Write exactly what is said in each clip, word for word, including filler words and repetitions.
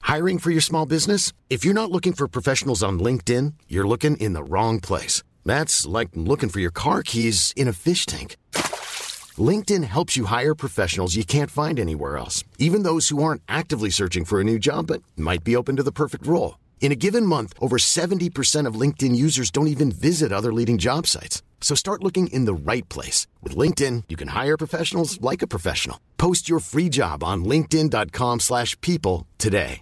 Hiring for your small business? If you're not looking for professionals on LinkedIn, you're looking in the wrong place. That's like looking for your car keys in a fish tank. LinkedIn helps you hire professionals you can't find anywhere else, even those who aren't actively searching for a new job but might be open to the perfect role. In a given month, over seventy percent of LinkedIn users don't even visit other leading job sites. So start looking in the right place. With LinkedIn, you can hire professionals like a professional. Post your free job on linkedin.com slash people today.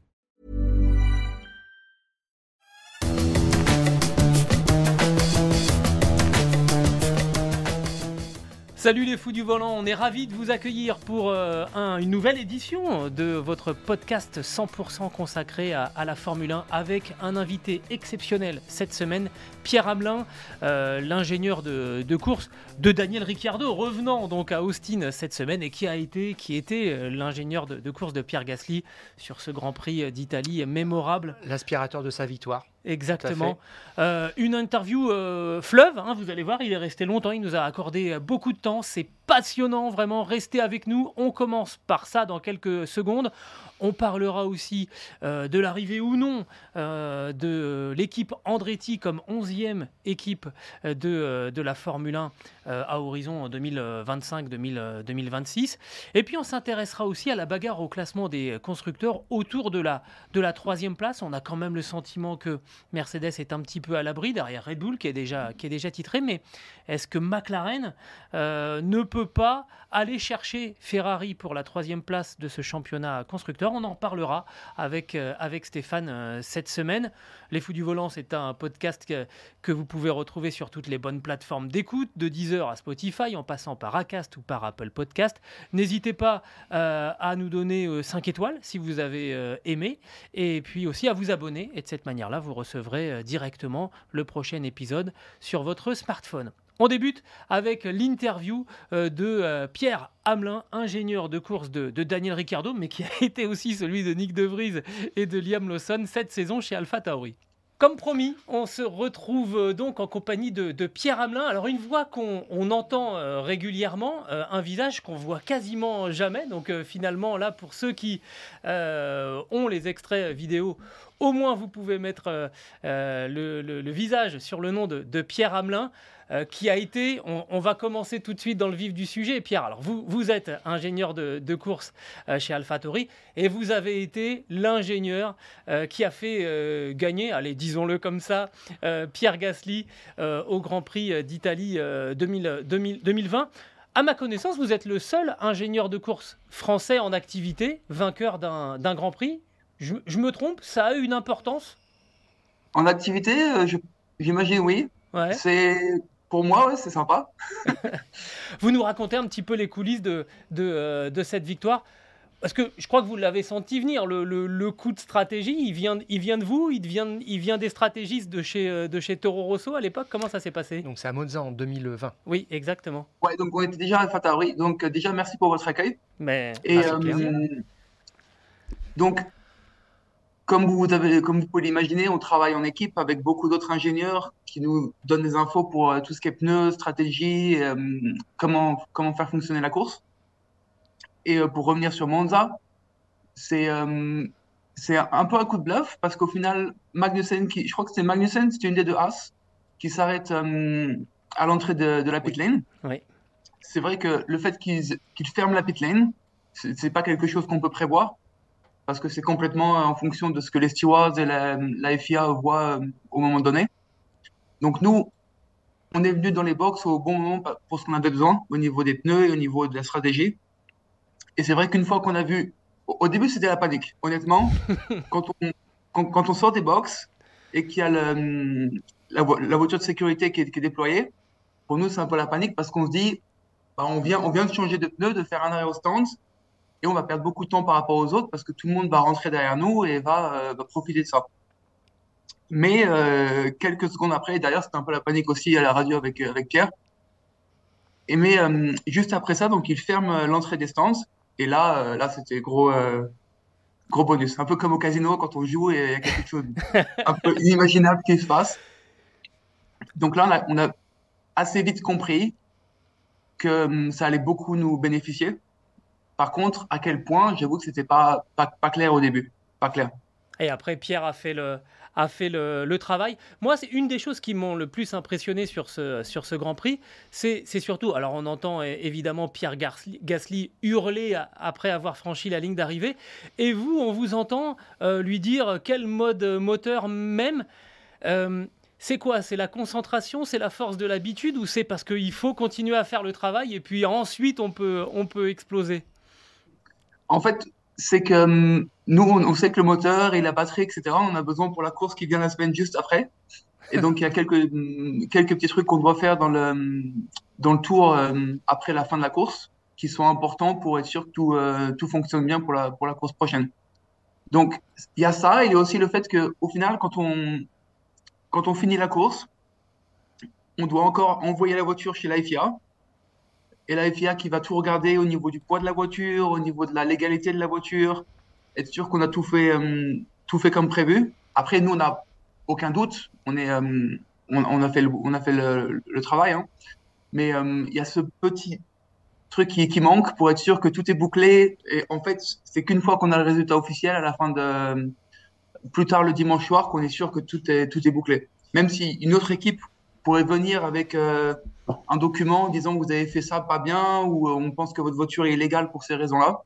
Salut les fous du volant, on est ravis de vous accueillir pour euh, un, une nouvelle édition de votre podcast cent pour cent consacré à, à la Formule un avec un invité exceptionnel cette semaine, Pierre Hamelin, euh, l'ingénieur de, de course de Daniel Ricciardo, revenant donc à Austin cette semaine et qui a été, qui était l'ingénieur de, de course de Pierre Gasly sur ce Grand Prix d'Italie mémorable. L'aspirateur de sa victoire. Exactement. Euh, une interview euh, fleuve, hein, vous allez voir, il est resté longtemps, il nous a accordé beaucoup de temps, c'est passionnant, vraiment, restez avec nous. On commence par ça dans quelques secondes. On parlera aussi euh, de l'arrivée ou non euh, de l'équipe Andretti comme onzième équipe de, euh, de la Formule un euh, à horizon deux mille vingt-cinq deux mille vingt-six. Et puis on s'intéressera aussi à la bagarre au classement des constructeurs autour de la, de la troisième place. On a quand même le sentiment que Mercedes est un petit peu à l'abri derrière Red Bull qui est déjà, qui est déjà titré. Mais est-ce que McLaren euh, ne peut pas aller chercher Ferrari pour la troisième place de ce championnat constructeur? On en parlera avec, euh, avec Stéphane euh, cette semaine. Les Fous du Volant, c'est un podcast que, que vous pouvez retrouver sur toutes les bonnes plateformes d'écoute, de Deezer à Spotify, en passant par Acast ou par Apple Podcast. N'hésitez pas euh, à nous donner euh, cinq étoiles si vous avez euh, aimé, et puis aussi à vous abonner. Et de cette manière-là, vous recevrez euh, directement le prochain épisode sur votre smartphone. On débute avec l'interview euh, de euh, Pierre Hamelin, ingénieur de course de, de Daniel Ricciardo, mais qui a été aussi celui de Nick De Vries et de Liam Lawson cette saison chez AlphaTauri. Comme promis, on se retrouve donc en compagnie de, de Pierre Hamelin. Alors une voix qu'on on entend euh, régulièrement, euh, un visage qu'on voit quasiment jamais. Donc euh, finalement là, pour ceux qui euh, ont les extraits vidéo, au moins vous pouvez mettre euh, euh, le, le, le visage sur le nom de, de Pierre Hamelin. Euh, qui a été, on, on va commencer tout de suite dans le vif du sujet. Pierre, alors vous, vous êtes ingénieur de, de course euh, chez AlphaTauri et vous avez été l'ingénieur euh, qui a fait euh, gagner, allez, disons-le comme ça, euh, Pierre Gasly euh, au Grand Prix d'Italie euh, deux mille, deux mille, deux mille vingt. À ma connaissance, vous êtes le seul ingénieur de course français en activité, vainqueur d'un, d'un Grand Prix. Je, je me trompe, ça a eu une importance? En activité, euh, je, j'imagine oui. Ouais. C'est... Pour moi, ouais, c'est sympa. Vous nous racontez un petit peu les coulisses de, de, euh, de cette victoire. Parce que je crois que vous l'avez senti venir, le, le, le coup de stratégie, il vient, il vient de vous, il vient, il vient des stratégistes de chez, de chez Toro Rosso à l'époque. Comment ça s'est passé? Donc c'est à Monza en deux mille vingt. Oui, exactement. Ouais, donc on était déjà à AlphaTauri. Donc euh, déjà, merci pour votre accueil. Mais, Et ah, euh, donc, comme vous, avez, comme vous pouvez l'imaginer, on travaille en équipe avec beaucoup d'autres ingénieurs qui nous donnent des infos pour euh, tout ce qui est pneus, stratégie, euh, comment, comment faire fonctionner la course. Et euh, pour revenir sur Monza, c'est euh, c'est un peu un coup de bluff parce qu'au final, Magnussen, qui, je crois que c'était Magnussen, c'était une des deux As, qui s'arrête euh, à l'entrée de, de la pit lane. Oui. C'est vrai que le fait qu'ils qu'ils ferment la pit lane, c'est c'est pas quelque chose qu'on peut prévoir parce que c'est complètement en fonction de ce que les stewards et la, la F I A voient euh, au moment donné. Donc nous, on est venu dans les box au bon moment pour ce qu'on avait besoin au niveau des pneus et au niveau de la stratégie. Et c'est vrai qu'une fois qu'on a vu, au au début c'était la panique, honnêtement, quand on, quand, quand on sort des box et qu'il y a le, la, vo- la voiture de sécurité qui est, qui est déployée, pour nous c'est un peu la panique parce qu'on se dit, bah, on vient, on vient de changer de pneu, de faire un arrêt au stand, et on va perdre beaucoup de temps par rapport aux autres parce que tout le monde va rentrer derrière nous et va, euh, va profiter de ça. Mais euh, quelques secondes après, d'ailleurs c'était un peu la panique aussi à la radio avec, euh, avec Pierre. Et mais euh, juste après ça, donc il ferme euh, l'entrée des stands. Et là, euh, là c'était gros, euh, gros bonus. Un peu comme au casino quand on joue et il y a quelque chose un peu inimaginable qui se passe. Donc là, on a, on a assez vite compris que hum, ça allait beaucoup nous bénéficier. Par contre, à quel point, j'avoue que c'était pas, pas, pas clair au début. Pas clair. Et après, Pierre a fait le, a fait le, le travail. Moi, c'est une des choses qui m'ont le plus impressionné sur ce, sur ce Grand Prix. C'est, c'est surtout, alors on entend eh, évidemment Pierre Gasly, Gasly hurler a- après avoir franchi la ligne d'arrivée. Et vous, on vous entend euh, lui dire quel mode moteur même. Euh, c'est quoi? C'est la concentration, c'est la force de l'habitude ou c'est parce qu'il faut continuer à faire le travail et puis ensuite on peut, on peut exploser? En fait, c'est que hum, nous, on, on sait que le moteur et la batterie, et cetera, on a besoin pour la course qui vient la semaine juste après. Et donc, il y a quelques, hum, quelques petits trucs qu'on doit faire dans le, hum, dans le tour hum, après la fin de la course qui sont importants pour être sûr que tout, euh, tout fonctionne bien pour la, pour la course prochaine. Donc, il y a ça, et il y a aussi le fait que, au final, quand on, quand on finit la course, on doit encore envoyer la voiture chez la F I A. Et la F I A qui va tout regarder au niveau du poids de la voiture, au niveau de la légalité de la voiture, être sûr qu'on a tout fait, euh, tout fait comme prévu. Après, nous, on n'a aucun doute. On, est, euh, on, on a fait le, on a fait le, le travail. Hein. Mais euh, il y a ce petit truc qui, qui manque pour être sûr que tout est bouclé. Et en fait, c'est qu'une fois qu'on a le résultat officiel à la fin de, plus tard le dimanche soir, qu'on est sûr que tout est, tout est bouclé. Même si une autre équipe pourrait venir avec euh, un document disant que vous avez fait ça pas bien ou euh, on pense que votre voiture est illégale pour ces raisons-là.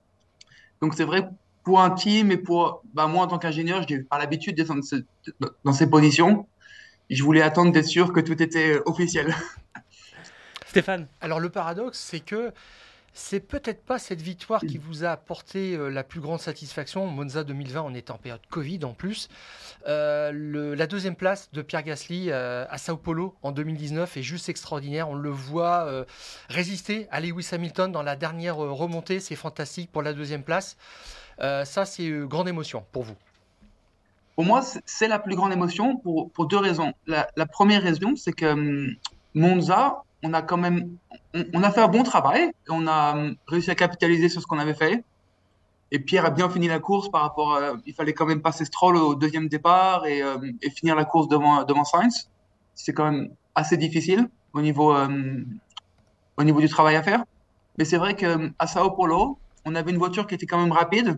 Donc c'est vrai pour un team et pour bah, moi en tant qu'ingénieur, je n'ai pas l'habitude d'être dans, ce, dans ces positions. Je voulais attendre d'être sûr que tout était officiel. Stéphane? Alors le paradoxe, c'est que c'est peut-être pas cette victoire qui vous a apporté euh, la plus grande satisfaction. Monza deux mille vingt, on était en période Covid en plus. Euh, le- la deuxième place de Pierre Gasly euh, à Sao Paulo en deux mille dix-neuf est juste extraordinaire. On le voit euh, résister à Lewis Hamilton dans la dernière euh, remontée. C'est fantastique pour la deuxième place. Euh, ça, c'est une grande émotion pour vous. Pour moi, c'est c'est la plus grande émotion pour, pour deux raisons. La, la première raison, c'est que hum, Monza, on a quand même on, on a fait un bon travail. Et on a hum, réussi à capitaliser sur ce qu'on avait fait. Et Pierre a bien fini la course par rapport à, il fallait quand même passer Stroll au deuxième départ et, euh, et finir la course devant, devant Sainz. C'est quand même assez difficile au niveau, euh, au niveau du travail à faire. Mais c'est vrai qu'à Sao Paulo, on avait une voiture qui était quand même rapide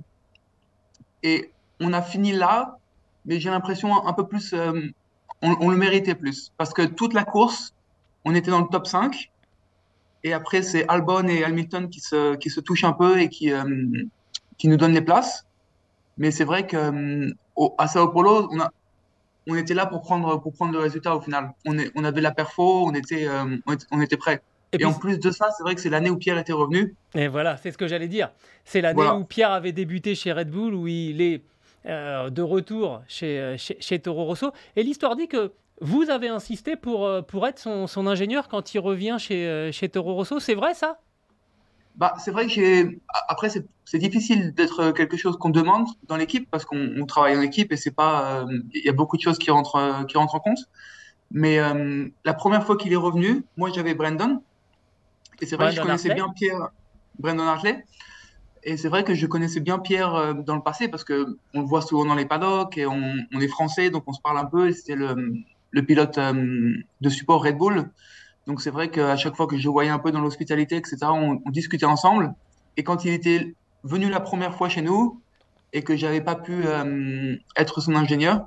et on a fini là, mais j'ai l'impression un peu plus, euh, on, on le méritait plus parce que toute la course, on était dans le top cinq et après c'est Albon et Hamilton qui se, qui se touchent un peu et qui, euh, qui nous donnent les places. Mais c'est vrai que euh, au- à Sao Paulo, on a, on était là pour prendre, pour prendre le résultat au final. On est, on avait la perfo, on était, euh, on était, on était prêt. Et Et puis, en plus de ça, c'est vrai que c'est l'année où Pierre était revenu. et voilà, c'est ce que j'allais dire. C'est l'année Voilà. où Pierre avait débuté chez Red Bull, où il est euh, de retour chez, euh, chez, chez Toro Rosso. Et l'histoire dit que vous avez insisté pour, euh, pour être son, son ingénieur quand il revient chez, euh, chez Toro Rosso. C'est vrai ça? Bah, c'est vrai que j'ai. Après, c'est c'est difficile d'être quelque chose qu'on demande dans l'équipe parce qu'on on travaille en équipe et c'est pas. euh, Il y a beaucoup de choses qui rentrent, euh, qui rentrent en compte. Mais euh, la première fois qu'il est revenu, moi j'avais Brandon et c'est vrai que je Brandon connaissais Hartley? bien Pierre, Brandon Hartley. Et c'est vrai que je connaissais bien Pierre euh, dans le passé parce que on le voit souvent dans les paddocks et on, on est français donc on se parle un peu. Et c'était le, le pilote euh, de support Red Bull. Donc c'est vrai qu'à chaque fois que je le voyais un peu dans l'hospitalité, et cetera, on, on discutait ensemble. Et quand il était venu la première fois chez nous et que j'avais pas pu euh, être son ingénieur,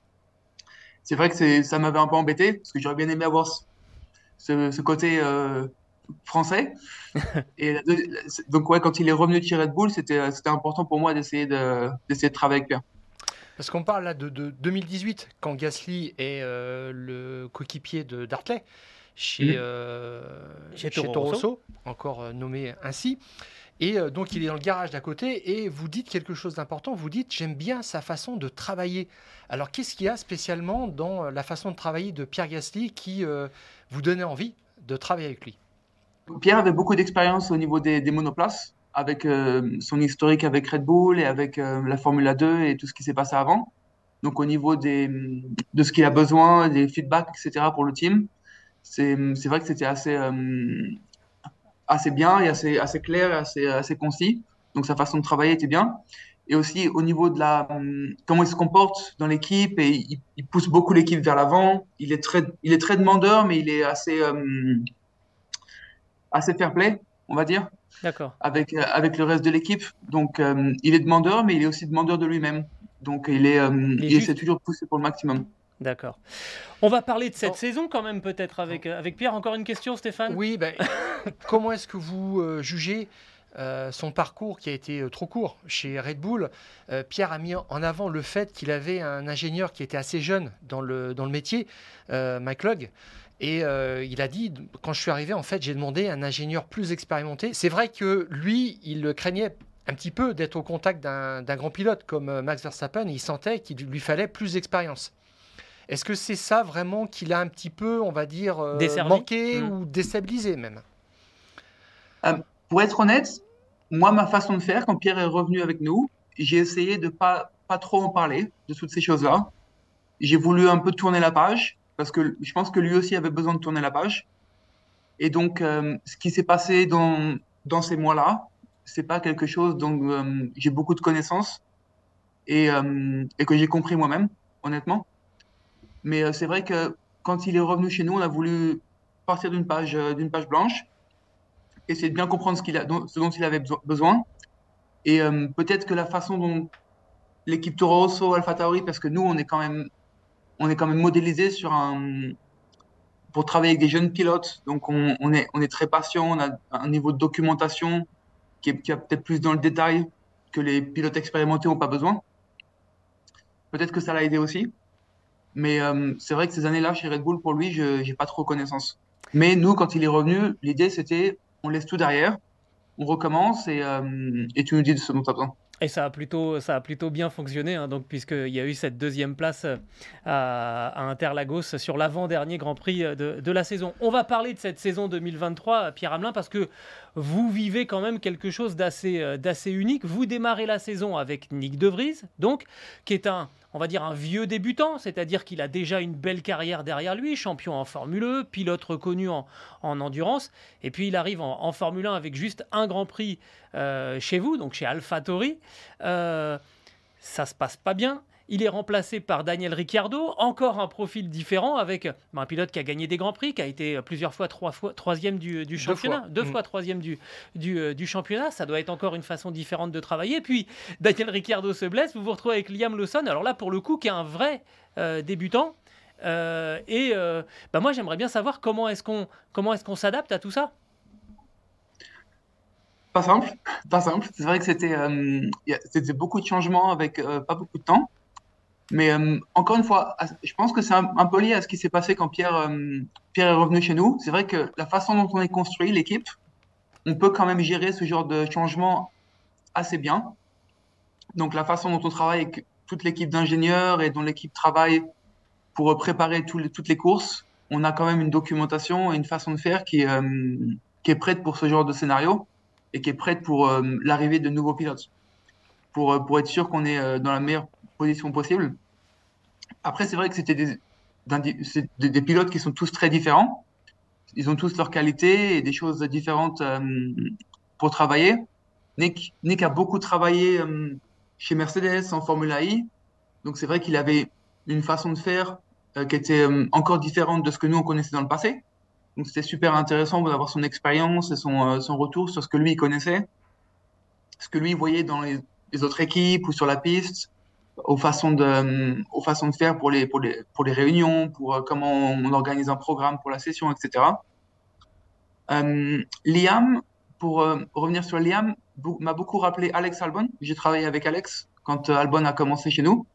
c'est vrai que c'est, ça m'avait un peu embêté parce que j'aurais bien aimé avoir ce, ce- ce côté euh, français. Et la deux- donc ouais, quand il est revenu de chez Red Bull, c'était c'était important pour moi d'essayer de d'essayer de travailler avec Pierre. Parce qu'on parle là de, de deux mille dix-huit, quand Gasly est euh, le coéquipier de d'Hartley chez, Mhm. euh, Chez chez Toro Toro Rosso. Rosso, encore euh, nommé ainsi. Et euh, donc il est dans le garage d'à côté et vous dites quelque chose d'important, vous dites j'aime bien sa façon de travailler. Alors qu'est-ce qu'il y a spécialement dans la façon de travailler de Pierre Gasly qui euh, vous donnait envie de travailler avec lui? Pierre avait beaucoup d'expérience au niveau des, des monoplaces, avec euh, son historique avec Red Bull et avec euh, la Formule deux et tout ce qui s'est passé avant. Donc au niveau des, de ce qu'il a besoin, des feedbacks, et cetera pour le team, c'est c'est vrai que c'était assez, euh, assez bien et assez, assez clair et assez, assez concis. Donc sa façon de travailler était bien. Et aussi au niveau de la, euh, comment il se comporte dans l'équipe et il, il pousse beaucoup l'équipe vers l'avant. Il est très, il est très demandeur, mais il est assez, euh, assez fair play, on va dire, D'accord. avec, euh, avec le reste de l'équipe. Donc, euh, il est demandeur, mais il est aussi demandeur de lui-même. Donc, il, est, euh, il, est il essaie toujours de pousser pour le maximum. D'accord. On va parler de cette oh. saison quand même peut-être avec, avec Pierre. Encore une question, Stéphane ? Oui, ben, comment est-ce que vous euh, jugez euh, son parcours qui a été euh, trop court chez Red Bull ? euh, Pierre a mis en avant le fait qu'il avait un ingénieur qui était assez jeune dans le, dans le métier, euh, Mike Logg. Et euh, il a dit, quand je suis arrivé, en fait, j'ai demandé un ingénieur plus expérimenté. C'est vrai que lui, il craignait un petit peu d'être au contact d'un, d'un grand pilote comme Max Verstappen. Et il sentait qu'il lui fallait plus d'expérience. Est-ce que c'est ça vraiment qu'il a un petit peu, on va dire, euh, manqué mmh. ou déstabilisé même ? euh, Pour être honnête, moi, ma façon de faire, quand Pierre est revenu avec nous, j'ai essayé de ne pas, pas trop en parler de toutes ces choses-là. J'ai voulu un peu tourner la page, parce que je pense que lui aussi avait besoin de tourner la page. Et donc, euh, ce qui s'est passé dans, dans ces mois-là, ce n'est pas quelque chose dont euh, j'ai beaucoup de connaissances et, euh, et que j'ai compris moi-même, honnêtement. Mais euh, c'est vrai que quand il est revenu chez nous, on a voulu partir d'une page, euh, d'une page blanche, essayer de bien comprendre ce, qu'il a, dont, ce dont il avait besoin. Et euh, peut-être que la façon dont l'équipe Toro Rosso, AlphaTauri, parce que nous, on est quand même, on est quand même modélisé sur un, pour travailler avec des jeunes pilotes. Donc, on, on, est, on est très patient, on a un niveau de documentation qui est, qui est peut-être plus dans le détail que les pilotes expérimentés n'ont pas besoin. Peut-être que ça l'a aidé aussi. Mais euh, c'est vrai que ces années-là, chez Red Bull, pour lui, je n'ai pas trop connaissance. Mais nous, quand il est revenu, l'idée, c'était on laisse tout derrière, on recommence et, euh, et tu nous dis de ce dont tu as besoin. Et ça a plutôt, ça a plutôt bien fonctionné, hein, donc, puisqu'il y a eu cette deuxième place à, à Interlagos sur l'avant-dernier Grand Prix de, de la saison. On va parler de cette saison deux mille vingt-trois, Pierre Hamelin, parce que vous vivez quand même quelque chose d'assez, d'assez unique. Vous démarrez la saison avec Nyck de Vries, donc, qui est un, on va dire, un vieux débutant, c'est-à-dire qu'il a déjà une belle carrière derrière lui, champion en Formule E, pilote reconnu en, en endurance, et puis il arrive en, en Formule un avec juste un Grand Prix euh, chez vous, donc chez AlphaTauri. Euh, ça se passe pas bien. Il est remplacé par Daniel Ricciardo, encore un profil différent avec ben, un pilote qui a gagné des grands prix, qui a été plusieurs fois, trois fois troisième du, du championnat, deux fois, deux mmh. fois troisième du, du, du championnat. Ça doit être encore une façon différente de travailler. Puis Daniel Ricciardo se blesse, vous vous retrouvez avec Liam Lawson. Alors là, pour le coup, qui est un vrai euh, débutant. Euh, et euh, ben moi, j'aimerais bien savoir comment est-ce qu'on comment est-ce qu'on s'adapte à tout ça. Pas simple, pas simple. C'est vrai que c'était, euh, c'était beaucoup de changements avec euh, pas beaucoup de temps. Mais euh, encore une fois, je pense que c'est un, un peu lié à ce qui s'est passé quand Pierre, euh, Pierre est revenu chez nous. C'est vrai que la façon dont on est construit, l'équipe, on peut quand même gérer ce genre de changement assez bien. Donc la façon dont on travaille avec toute l'équipe d'ingénieurs et dont l'équipe travaille pour préparer tout les, toutes les courses, on a quand même une documentation et une façon de faire qui, euh, qui est prête pour ce genre de scénario et qui est prête pour euh, l'arrivée de nouveaux pilotes, pour, pour être sûr qu'on est euh, dans la meilleure position possible. Après, c'est vrai que c'était des, c'est des, des pilotes qui sont tous très différents. Ils ont tous leurs qualités et des choses différentes euh, pour travailler. Nyck, Nyck a beaucoup travaillé euh, chez Mercedes en Formula I. Donc, c'est vrai qu'il avait une façon de faire euh, qui était euh, encore différente de ce que nous, on connaissait dans le passé. Donc, c'était super intéressant d'avoir son expérience et son, euh, son retour sur ce que lui, il connaissait, ce que lui voyait dans les, les autres équipes ou sur la piste, aux façons de, aux façons de faire pour les, pour les, pour les réunions, pour euh, comment on organise un programme pour la session, et cetera. Euh, Liam, pour euh, revenir sur Liam, m'a beaucoup rappelé Alex Albon. J'ai travaillé avec Alex quand euh, Albon a commencé chez nous.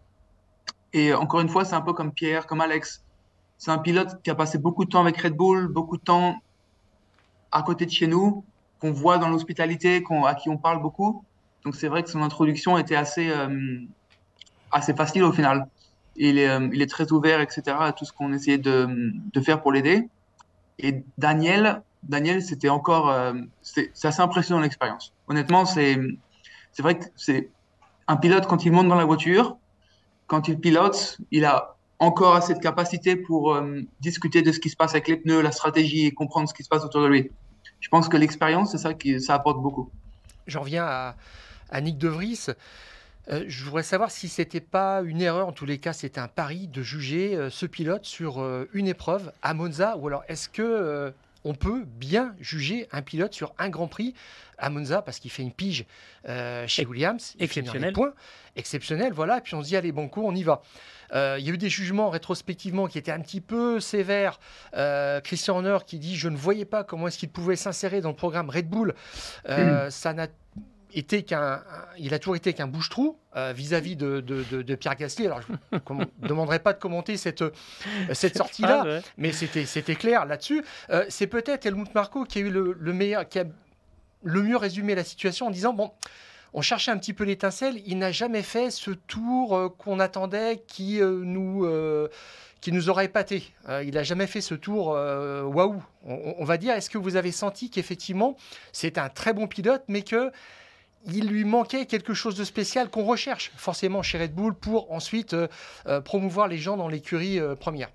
Et euh, encore une fois, c'est un peu comme Pierre, comme Alex. C'est un pilote qui a passé beaucoup de temps avec Red Bull, beaucoup de temps à côté de chez nous, qu'on voit dans l'hospitalité, qu'on, à qui on parle beaucoup. Donc c'est vrai que son introduction était assez, euh, assez facile au final. Il est, euh, il est très ouvert, et cetera, à tout ce qu'on essayait de, de faire pour l'aider. Et Daniel, Daniel, c'était encore, euh, c'est, c'est assez impressionnant l'expérience. Honnêtement, c'est, c'est vrai que c'est un pilote quand il monte dans la voiture, quand il pilote, il a encore assez de capacité pour euh, discuter de ce qui se passe avec les pneus, la stratégie et comprendre ce qui se passe autour de lui. Je pense que l'expérience, c'est ça qui, ça apporte beaucoup. J'en reviens à, à Nyck de Vries. Euh, je voudrais savoir si ce n'était pas une erreur, en tous les cas, c'était un pari de juger euh, ce pilote sur euh, une épreuve à Monza, ou alors est-ce que euh, on peut bien juger un pilote sur un Grand Prix à Monza parce qu'il fait une pige euh, chez Williams. Exceptionnel. Points. Exceptionnel, voilà. Et puis on se dit, allez, banco, on y va. Euh, il y a eu des jugements rétrospectivement qui étaient un petit peu sévères. Euh, Christian Horner qui dit, je ne voyais pas comment est-ce qu'il pouvait s'insérer dans le programme Red Bull. Euh, mmh. Ça n'a été qu'un, il a toujours été qu'un bouche-trou euh, vis-à-vis de, de, de, de Pierre Gasly. Alors, je ne demanderai pas de commenter cette, cette sortie-là, ah, ouais. mais c'était, c'était clair là-dessus. Euh, c'est peut-être Helmut Marko qui a eu le, le meilleur, qui a le mieux résumé la situation en disant, bon, on cherchait un petit peu l'étincelle, il n'a jamais fait ce tour euh, qu'on attendait qui euh, nous... Euh, qui nous aurait épaté. Euh, il n'a jamais fait ce tour euh, waouh. On, on va dire, est-ce que vous avez senti qu'effectivement, c'est un très bon pilote, mais que il lui manquait quelque chose de spécial qu'on recherche forcément chez Red Bull pour ensuite euh, euh, promouvoir les gens dans l'écurie euh, première.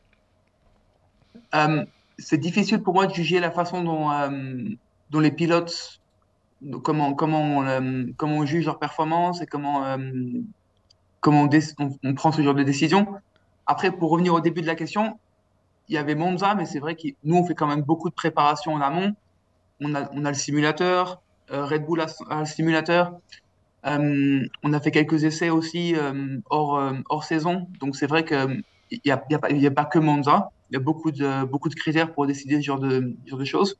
Euh, c'est difficile pour moi de juger la façon dont, euh, dont les pilotes, comment, comment, on, euh, comment on juge leur performance et comment, euh, comment on, dé- on, on prend ce genre de décision. Après, pour revenir au début de la question, il y avait Monza, mais c'est vrai que nous, on fait quand même beaucoup de préparation en amont. On a, on a le simulateur. Euh, Red Bull a, a le simulateur. Euh, on a fait quelques essais aussi euh, hors, euh, hors saison. Donc c'est vrai qu'il n'y a, y a, y a pas que Monza. Il y a beaucoup de, beaucoup de critères pour décider ce genre de, ce genre de choses.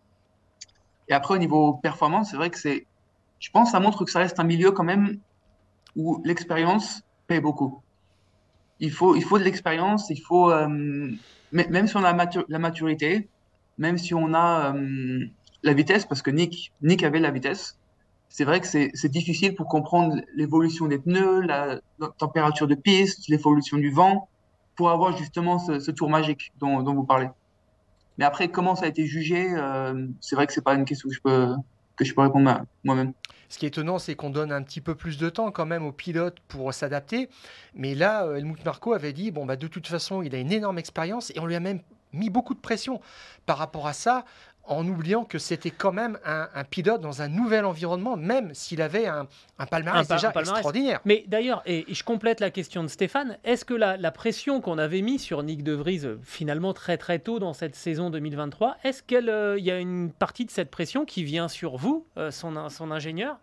Et après, au niveau performance, c'est vrai que c'est, je pense que ça montre que ça reste un milieu quand même où l'expérience paye beaucoup. Il faut, il faut de l'expérience, il faut, euh, même si on a matur, la maturité, même si on a euh, la vitesse, parce que Nick, Nick avait la vitesse, c'est vrai que c'est, c'est difficile pour comprendre l'évolution des pneus, la, la température de piste, l'évolution du vent, pour avoir justement ce, ce tour magique dont, dont vous parlez. Mais après, comment ça a été jugé, euh, c'est vrai que c'est pas une question que je peux, que je peux répondre à moi-même. Ce qui est étonnant, c'est qu'on donne un petit peu plus de temps quand même aux pilotes pour s'adapter. Mais là, Helmut Marko avait dit, bon, bah, de toute façon, il a une énorme expérience et on lui a même mis beaucoup de pression par rapport à ça, en oubliant que c'était quand même un, un pilote dans un nouvel environnement, même s'il avait un, un palmarès un pa- déjà un palmarès. extraordinaire. Mais d'ailleurs, et, et je complète la question de Stéphane, est-ce que la, la pression qu'on avait mise sur Nick De Vries, finalement très très tôt dans cette saison deux mille vingt-trois, est-ce qu'il euh, y a une partie de cette pression qui vient sur vous, euh, son, son ingénieur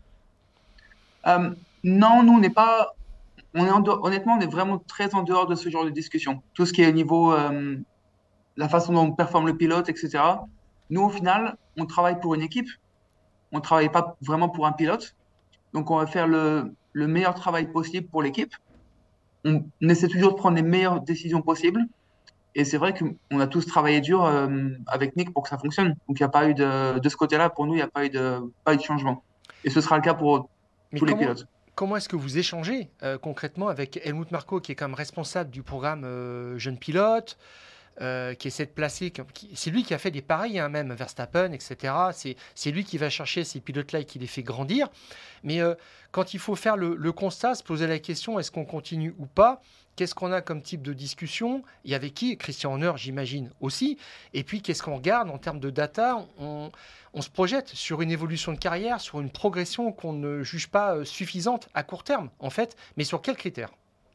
euh, Non, nous, on n'est pas... On est en dehors, honnêtement, on est vraiment très en dehors de ce genre de discussion. Tout ce qui est au niveau... Euh, la façon dont on performe le pilote, et cetera. Nous, au final, on travaille pour une équipe. On ne travaille pas vraiment pour un pilote. Donc, on va faire le, le meilleur travail possible pour l'équipe. On, on essaie toujours de prendre les meilleures décisions possibles. Et c'est vrai qu'on a tous travaillé dur euh, avec Nick pour que ça fonctionne. Donc, il n'y a pas eu de, de ce côté-là, pour nous, il n'y a pas eu, de, pas eu de changement. Et ce sera le cas pour Mais tous comment, les pilotes. Comment est-ce que vous échangez euh, concrètement avec Helmut Marko, qui est quand même responsable du programme euh, Jeunes Pilotes, Euh, qui essaie de placer, qui, c'est lui qui a fait des pareils, hein, même Verstappen, et cetera. C'est, c'est lui qui va chercher ces pilotes-là et qui les fait grandir. Mais euh, quand il faut faire le, le constat, se poser la question, est-ce qu'on continue ou pas ? Qu'est-ce qu'on a comme type de discussion ? Et avec qui ? Christian Horner, j'imagine aussi. Et puis, qu'est-ce qu'on regarde en termes de data ? on, on se projette sur une évolution de carrière, sur une progression qu'on ne juge pas suffisante à court terme, en fait. Mais sur quels critères ?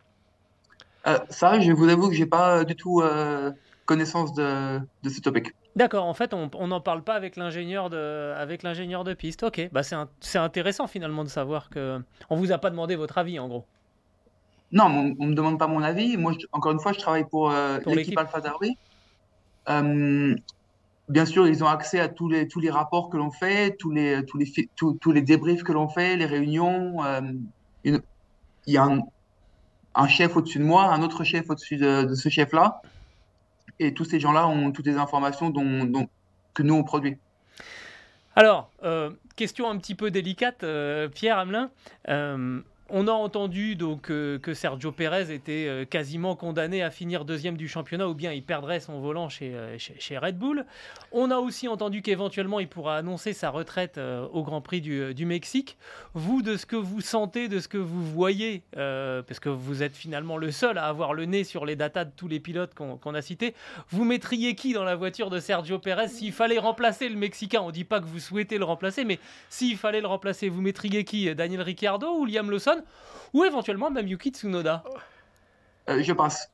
Euh, ça, je vous avoue que j'ai pas du tout euh, connaissance de, de ce topic. D'accord, en fait, on n'en parle pas avec l'ingénieur de, avec l'ingénieur de piste. Ok, bah c'est, un, c'est intéressant finalement de savoir que on vous a pas demandé votre avis en gros. Non, on, on me demande pas mon avis. Moi, je, encore une fois, je travaille pour, euh, pour l'équipe, l'équipe AlphaTauri. Euh, bien sûr, ils ont accès à tous les tous les rapports que l'on fait, tous les tous les tous, tous les débriefs que l'on fait, les réunions. Euh, une, il y a un un chef au-dessus de moi, un autre chef au-dessus de, de ce chef-là. Et tous ces gens-là ont toutes les informations dont, dont, que nous, on produit. Alors, euh, question un petit peu délicate, euh, Pierre Hamelin. Euh, on a entendu donc, euh, que Sergio Pérez était euh, quasiment condamné à finir deuxième du championnat ou bien il perdrait son volant chez, euh, chez, chez Red Bull. On a aussi entendu qu'éventuellement il pourra annoncer sa retraite euh, au Grand Prix du, du Mexique. Vous, de ce que vous sentez, de ce que vous voyez, euh, parce que vous êtes finalement le seul à avoir le nez sur les datas de tous les pilotes qu'on, qu'on a cités, vous mettriez qui dans la voiture de Sergio Pérez s'il fallait remplacer le Mexicain ? On ne dit pas que vous souhaitez le remplacer, mais s'il fallait le remplacer, vous mettriez qui ? Daniel Ricciardo ou Liam Lawson ? Ou éventuellement même Yuki Tsunoda. Euh, je passe.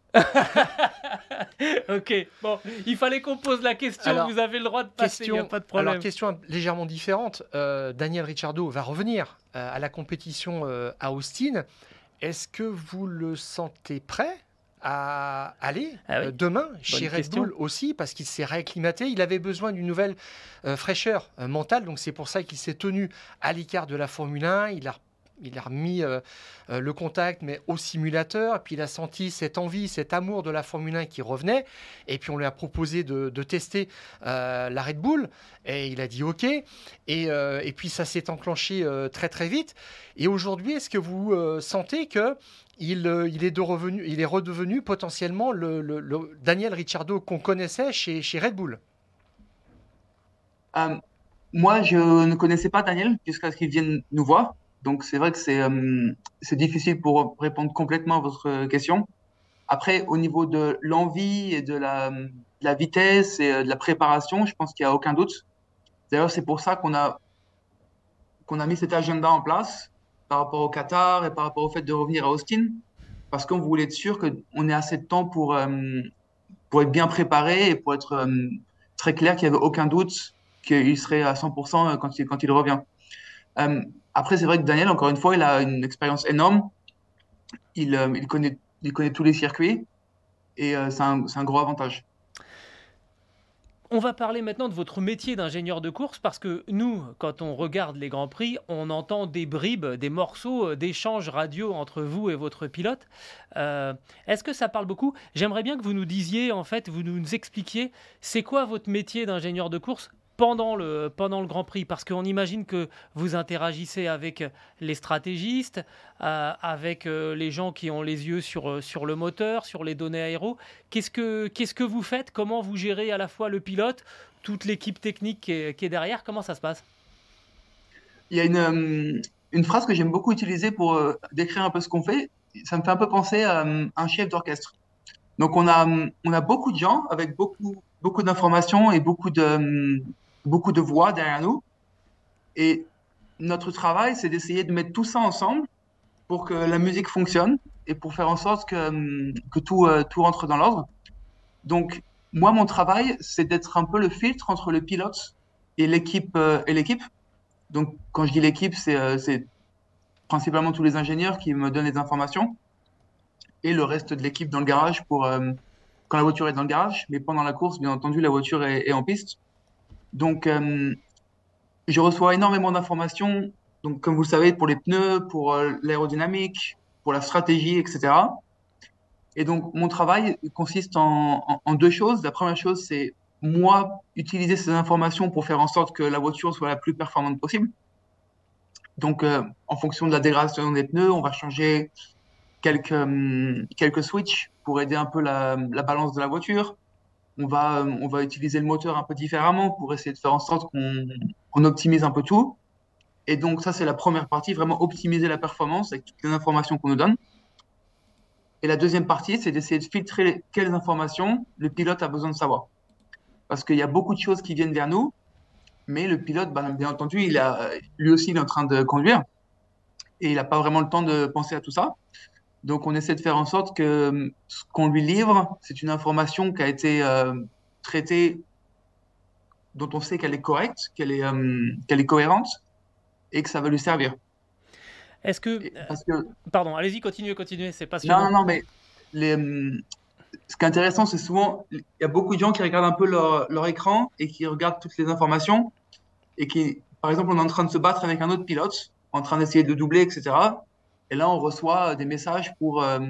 Ok, bon, il fallait qu'on pose la question, alors, vous avez le droit de passer, il n'y a pas de problème. Alors, question légèrement différente. Euh, Daniel Ricciardo va revenir euh, à la compétition euh, à Austin. Est-ce que vous le sentez prêt à aller ah oui. euh, demain Bonne chez Red question. Bull aussi, parce qu'il s'est réacclimaté. Il avait besoin d'une nouvelle euh, fraîcheur euh, mentale, donc c'est pour ça qu'il s'est tenu à l'écart de la Formule un. Il a Il a remis euh, euh, le contact, mais au simulateur. Et puis, il a senti cette envie, cet amour de la Formule un qui revenait. Et puis, on lui a proposé de, de tester euh, la Red Bull. Et il a dit OK. Et, euh, et puis, ça s'est enclenché euh, très, très vite. Et aujourd'hui, est-ce que vous euh, sentez qu'il euh, il est, de revenu, il est redevenu potentiellement le, le, le Daniel Ricciardo qu'on connaissait chez, chez Red Bull? euh, Moi, je ne connaissais pas Daniel jusqu'à ce qu'il vienne nous voir. Donc, c'est vrai que c'est euh, c'est difficile pour répondre complètement à votre question. Après, au niveau de l'envie et de la, de la vitesse et de la préparation, je pense qu'il n'y a aucun doute. D'ailleurs, c'est pour ça qu'on a, qu'on a mis cet agenda en place par rapport au Qatar et par rapport au fait de revenir à Austin, parce qu'on voulait être sûr qu'on ait assez de temps pour, euh, pour être bien préparé et pour être euh, très clair qu'il n'y avait aucun doute qu'il serait à cent pour cent quand il, quand il revient. Euh, Après, c'est vrai que Daniel, encore une fois, il a une expérience énorme. Il, euh, il, connaît, il connaît tous les circuits et euh, c'est un, c'est un gros avantage. On va parler maintenant de votre métier d'ingénieur de course parce que nous, quand on regarde les Grands Prix, on entend des bribes, des morceaux d'échanges radio entre vous et votre pilote. Euh, est-ce que ça parle beaucoup ? J'aimerais bien que vous nous disiez, en fait, vous nous expliquiez, c'est quoi votre métier d'ingénieur de course pendant le, pendant le Grand Prix, parce qu'on imagine que vous interagissez avec les stratégistes, euh, avec euh, les gens qui ont les yeux sur, sur le moteur, sur les données aéro. Qu'est-ce que, qu'est-ce que vous faites ? Comment vous gérez à la fois le pilote, toute l'équipe technique qui est, qui est derrière ? Comment ça se passe ? Il y a une, euh, une phrase que j'aime beaucoup utiliser pour euh, décrire un peu ce qu'on fait. Ça me fait un peu penser à euh, un chef d'orchestre. Donc, on a, on a beaucoup de gens avec beaucoup, beaucoup d'informations et beaucoup de, beaucoup de voix derrière nous. Et notre travail, c'est d'essayer de mettre tout ça ensemble pour que la musique fonctionne et pour faire en sorte que, que tout, euh, tout rentre dans l'ordre. Donc, moi, mon travail, c'est d'être un peu le filtre entre le pilote et l'équipe. Euh, et l'équipe. Donc, quand je dis l'équipe, c'est, euh, c'est principalement tous les ingénieurs qui me donnent les informations et le reste de l'équipe dans le garage pour euh, quand la voiture est dans le garage. Mais pendant la course, bien entendu, la voiture est, est en piste. Donc, euh, je reçois énormément d'informations. Donc, comme vous le savez, pour les pneus, pour euh, l'aérodynamique, pour la stratégie, et cetera. Et donc, mon travail consiste en, en, en deux choses. La première chose, c'est moi utiliser ces informations pour faire en sorte que la voiture soit la plus performante possible. Donc, euh, en fonction de la dégradation des pneus, on va changer quelques, um, quelques switches pour aider un peu la, la balance de la voiture. On va, um, on va utiliser le moteur un peu différemment pour essayer de faire en sorte qu'on on optimise un peu tout. Et donc, ça, c'est la première partie, vraiment optimiser la performance avec toutes les informations qu'on nous donne. Et la deuxième partie, c'est d'essayer de filtrer quelles informations le pilote a besoin de savoir. Parce qu'il y a beaucoup de choses qui viennent vers nous, mais le pilote, ben, bien entendu, il a, lui aussi, il est en train de conduire et il n'a pas vraiment le temps de penser à tout ça. Donc, on essaie de faire en sorte que ce qu'on lui livre, c'est une information qui a été euh, traitée, dont on sait qu'elle est correcte, qu'elle est, euh, qu'elle est cohérente et que ça va lui servir. Est-ce que... Et parce que... Pardon, allez-y, continuez, continuez, c'est passionnant. Non, non, non, mais les, ce qui est intéressant, c'est souvent, il y a beaucoup de gens qui regardent un peu leur, leur écran et qui regardent toutes les informations et qui, par exemple, on est en train de se battre avec un autre pilote, en train d'essayer de doubler, et cetera. Et là, on reçoit des messages pour, euh,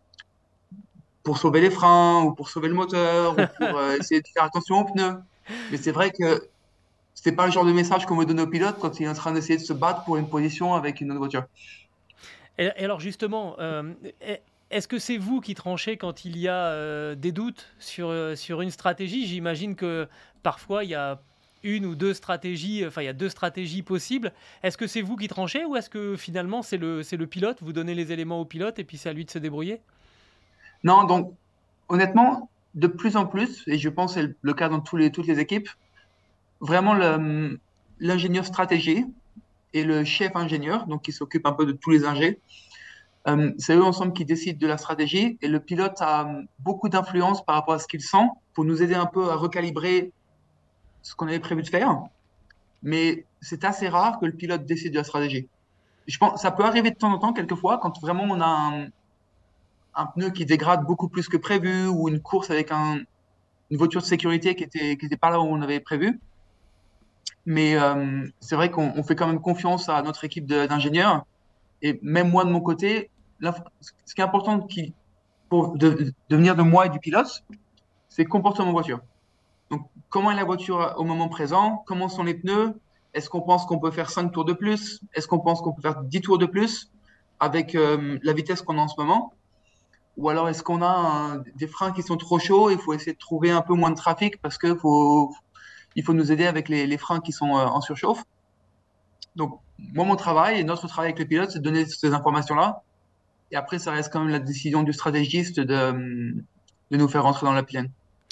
pour sauver les freins ou pour sauver le moteur ou pour euh, essayer de faire attention aux pneus. Mais c'est vrai que c'est pas le genre de message qu'on veut donner au pilote quand il est en train d'essayer de se battre pour une position avec une autre voiture. Et, et alors justement, euh, est-ce que c'est vous qui tranchez quand il y a euh, des doutes sur, euh, sur une stratégie ? J'imagine que parfois il y a une ou deux stratégies, enfin il y a deux stratégies possibles. Est-ce que c'est vous qui tranchez ou est-ce que finalement c'est le, c'est le pilote, vous donnez les éléments au pilote et puis c'est à lui de se débrouiller ? Non, donc honnêtement, de plus en plus, et je pense que c'est le cas dans tous les, toutes les équipes, vraiment le, l'ingénieur stratégie et le chef ingénieur, donc qui s'occupe un peu de tous les ingés, Euh, c'est eux ensemble qui décident de la stratégie et le pilote a euh, beaucoup d'influence par rapport à ce qu'il sent pour nous aider un peu à recalibrer ce qu'on avait prévu de faire. Mais c'est assez rare que le pilote décide de la stratégie. Je pense, ça peut arriver de temps en temps, quelquefois, quand vraiment on a un, un pneu qui dégrade beaucoup plus que prévu ou une course avec un, une voiture de sécurité qui était, qui était pas là où on avait prévu. Mais euh, c'est vrai qu'on on fait quand même confiance à notre équipe de- d'ingénieurs. Et même moi, de mon côté, l'inf- ce qui est important qui, pour de, de venir de moi et du pilote, c'est le comportement voiture. Donc, comment est la voiture au moment présent? Comment sont les pneus? Est-ce qu'on pense qu'on peut faire cinq tours de plus? Est-ce qu'on pense qu'on peut faire dix tours de plus avec euh, la vitesse qu'on a en ce moment? Ou alors est-ce qu'on a un- des freins qui sont trop chauds? Il faut essayer de trouver un peu moins de trafic parce que faut, il faut nous aider avec les, les freins qui sont euh, en surchauffe. Donc, moi, mon travail et notre travail avec les pilotes, c'est de donner ces informations-là. Et après, ça reste quand même la décision du stratégiste de, de nous faire rentrer dans la plaine.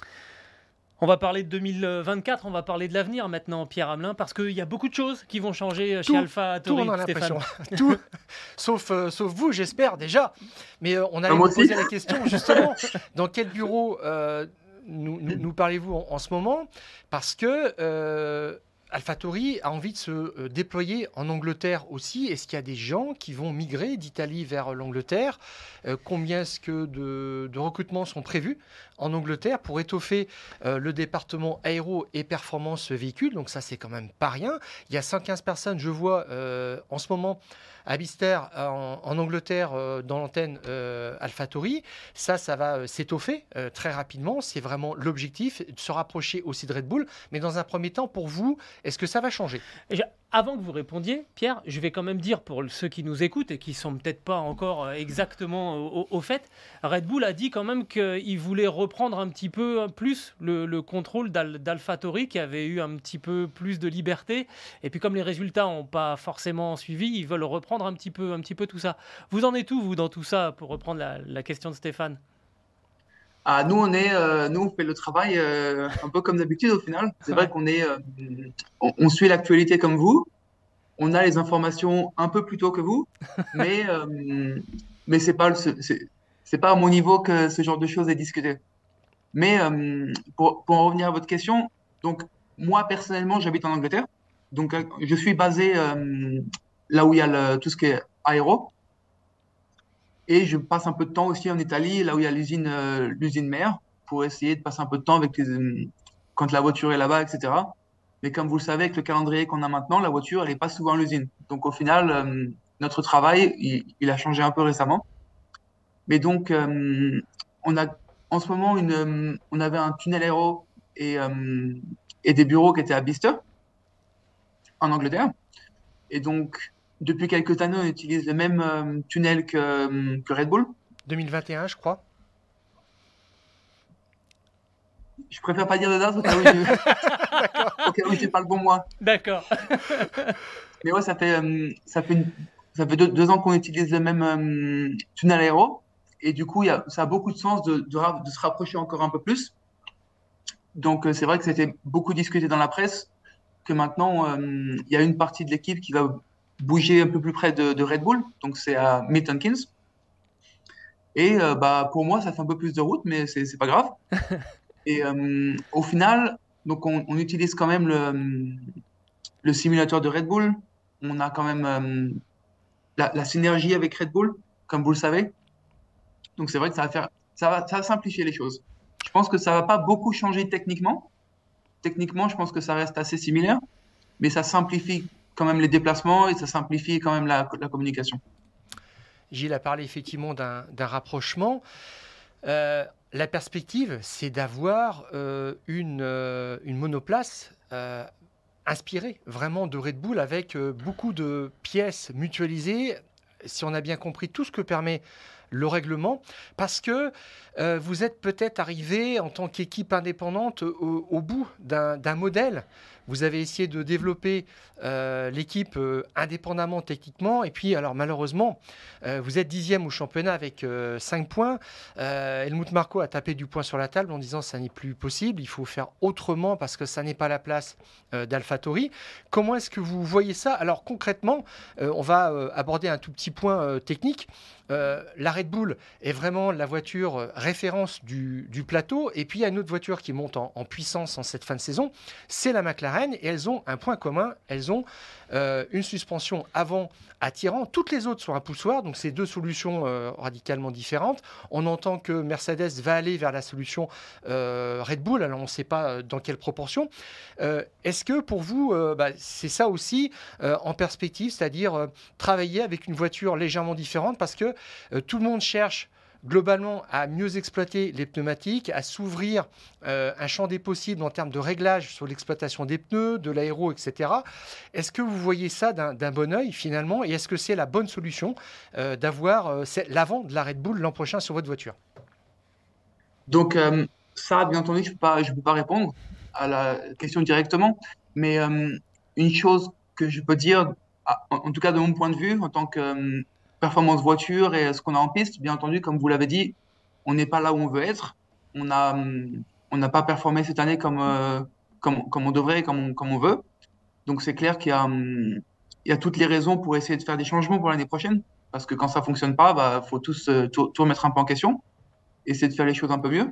On va parler de deux mille vingt-quatre, on va parler de l'avenir maintenant, Pierre Hamelin, parce qu'il y a beaucoup de choses qui vont changer chez Tout, Alpha Tout, Tauri, on a Stéphane. l'impression. Tout, sauf, euh, sauf vous, j'espère déjà. Mais euh, on allait Ah, moi vous aussi. poser la question, justement, dans quel bureau euh, nous, nous, nous parlez-vous en, en ce moment? Parce que euh, AlphaTauri a envie de se euh, déployer en Angleterre aussi. Est-ce qu'il y a des gens qui vont migrer d'Italie vers l'Angleterre? Euh, Combien est-ce que de, de recrutements sont prévus en Angleterre pour étoffer euh, le département aéro et performance véhicule? Donc ça, c'est quand même pas rien. Il y a cent quinze personnes, je vois, euh, en ce moment à Bister, en, en Angleterre, euh, dans l'antenne euh, AlphaTauri. Ça, ça va euh, s'étoffer euh, très rapidement. C'est vraiment l'objectif, de se rapprocher aussi de Red Bull. Mais dans un premier temps, pour vous, est-ce que ça va changer? Et je- Avant que vous répondiez, Pierre, je vais quand même dire pour ceux qui nous écoutent et qui sont peut-être pas encore euh, exactement au, au fait, Red Bull a dit quand même qu'il voulait reprendre un petit peu plus le, le contrôle d'Al- d'AlphaTauri, qui avait eu un petit peu plus de liberté. Et puis comme les résultats n'ont pas forcément suivi, ils veulent reprendre un petit peu, un petit peu tout ça. Vous en êtes où, vous, dans tout ça, pour reprendre la, la question de Stéphane? Ah, nous, on est, euh, nous, on fait le travail euh, un peu comme d'habitude au final. C'est vrai Ouais. qu'on est, euh, on, on suit l'actualité comme vous. On a les informations un peu plus tôt que vous, mais euh, mais c'est pas le- c'est c'est c'est pas à mon niveau que ce genre de choses est discuté. Mais euh, pour pour en revenir à votre question, donc moi personnellement, j'habite en Angleterre, donc euh, je suis basé euh, là où il y a le- tout ce qui est aéro. Et je passe un peu de temps aussi en Italie, là où il y a l'usine euh, l'usine mère, pour essayer de passer un peu de temps avec les, euh, quand la voiture est là-bas, et cetera. Mais comme vous le savez, avec le calendrier qu'on a maintenant, la voiture, elle n'est pas souvent à l'usine. Donc au final, euh, notre travail, il, il a changé un peu récemment. Mais donc, euh, on a en ce moment, une, euh, on avait un tunnel aéro et, euh, et des bureaux qui étaient à Bicester, en Angleterre. Et donc, depuis quelques années, on utilise le même euh, tunnel que, que Red Bull. deux mille vingt et un, je crois. Je préfère pas dire de date au cas où je, au cas où c'est pas le bon mois. D'accord. Mais ouais, ça fait, euh, ça fait, une- ça fait deux, deux ans qu'on utilise le même euh, tunnel aéro. Et du coup, il y a, ça a beaucoup de sens de, de, ra- de se rapprocher encore un peu plus. Donc, euh, c'est vrai que c'était beaucoup discuté dans la presse que maintenant, euh, il y a une partie de l'équipe qui va bouger un peu plus près de, de Red Bull. Donc, c'est à Milton Keynes. Et euh, bah, pour moi, ça fait un peu plus de route, mais c'est c'est pas grave. Et euh, au final, donc on, on utilise quand même le, le simulateur de Red Bull. On a quand même euh, la, la synergie avec Red Bull, comme vous le savez. Donc c'est vrai que ça va faire, ça va, ça va simplifier les choses. Je pense que ça va pas beaucoup changer techniquement. Techniquement, je pense que ça reste assez similaire, mais ça simplifie quand même les déplacements et ça simplifie quand même la, la communication. Gilles a parlé effectivement d'un d'un rapprochement. Euh, la perspective, c'est d'avoir euh, une, euh, une monoplace euh, inspirée vraiment de Red Bull avec euh, beaucoup de pièces mutualisées, si on a bien compris tout ce que permet le règlement, parce que euh, vous êtes peut-être arrivé en tant qu'équipe indépendante au, au bout d'un d'un modèle. Vous avez essayé de développer euh, l'équipe euh, indépendamment techniquement, et puis alors malheureusement, euh, vous êtes dixième au championnat avec euh, cinq points. Euh, Helmut Marko a tapé du poing sur la table en disant ça n'est plus possible, il faut faire autrement parce que ça n'est pas la place euh, d'AlphaTauri. Comment est-ce que vous voyez ça? Alors concrètement, euh, on va euh, aborder un tout petit point euh, technique. euh, la Red Bull est vraiment la voiture euh, référence du, du plateau. Et puis, il y a une autre voiture qui monte en, en puissance en cette fin de saison, c'est la McLaren. Et elles ont un point commun, elles ont euh, une suspension avant attirant. Toutes les autres sont un poussoir, donc c'est deux solutions euh, radicalement différentes. On entend que Mercedes va aller vers la solution euh, Red Bull, alors on ne sait pas euh, dans quelle proportion. Euh, est-ce que pour vous, euh, bah, c'est ça aussi euh, en perspective, c'est-à-dire euh, travailler avec une voiture légèrement différente, parce que euh, tout le monde cherche globalement à mieux exploiter les pneumatiques, à s'ouvrir euh, un champ des possibles en termes de réglage sur l'exploitation des pneus, de l'aéro, et cetera. Est-ce que vous voyez ça d'un, d'un bon œil finalement, et est-ce que c'est la bonne solution euh, d'avoir euh, l'avant de la Red Bull l'an prochain sur votre voiture? Donc, euh, ça, bien entendu, je ne peux pas, je peux pas répondre à la question directement, mais euh, une chose que je peux dire, à- en, en tout cas de mon point de vue, en tant que euh, performance voiture et ce qu'on a en piste, bien entendu, comme vous l'avez dit, on n'est pas là où on veut être. On a, hum, on n'a pas performé cette année comme, euh, comme, comme on devrait, comme on, comme on veut. Donc, c'est clair qu'il y a, hum, il y a toutes les raisons pour essayer de faire des changements pour l'année prochaine, parce que quand ça fonctionne pas, bah, faut tous euh, tout, tout remettre un peu en question, essayer de faire les choses un peu mieux.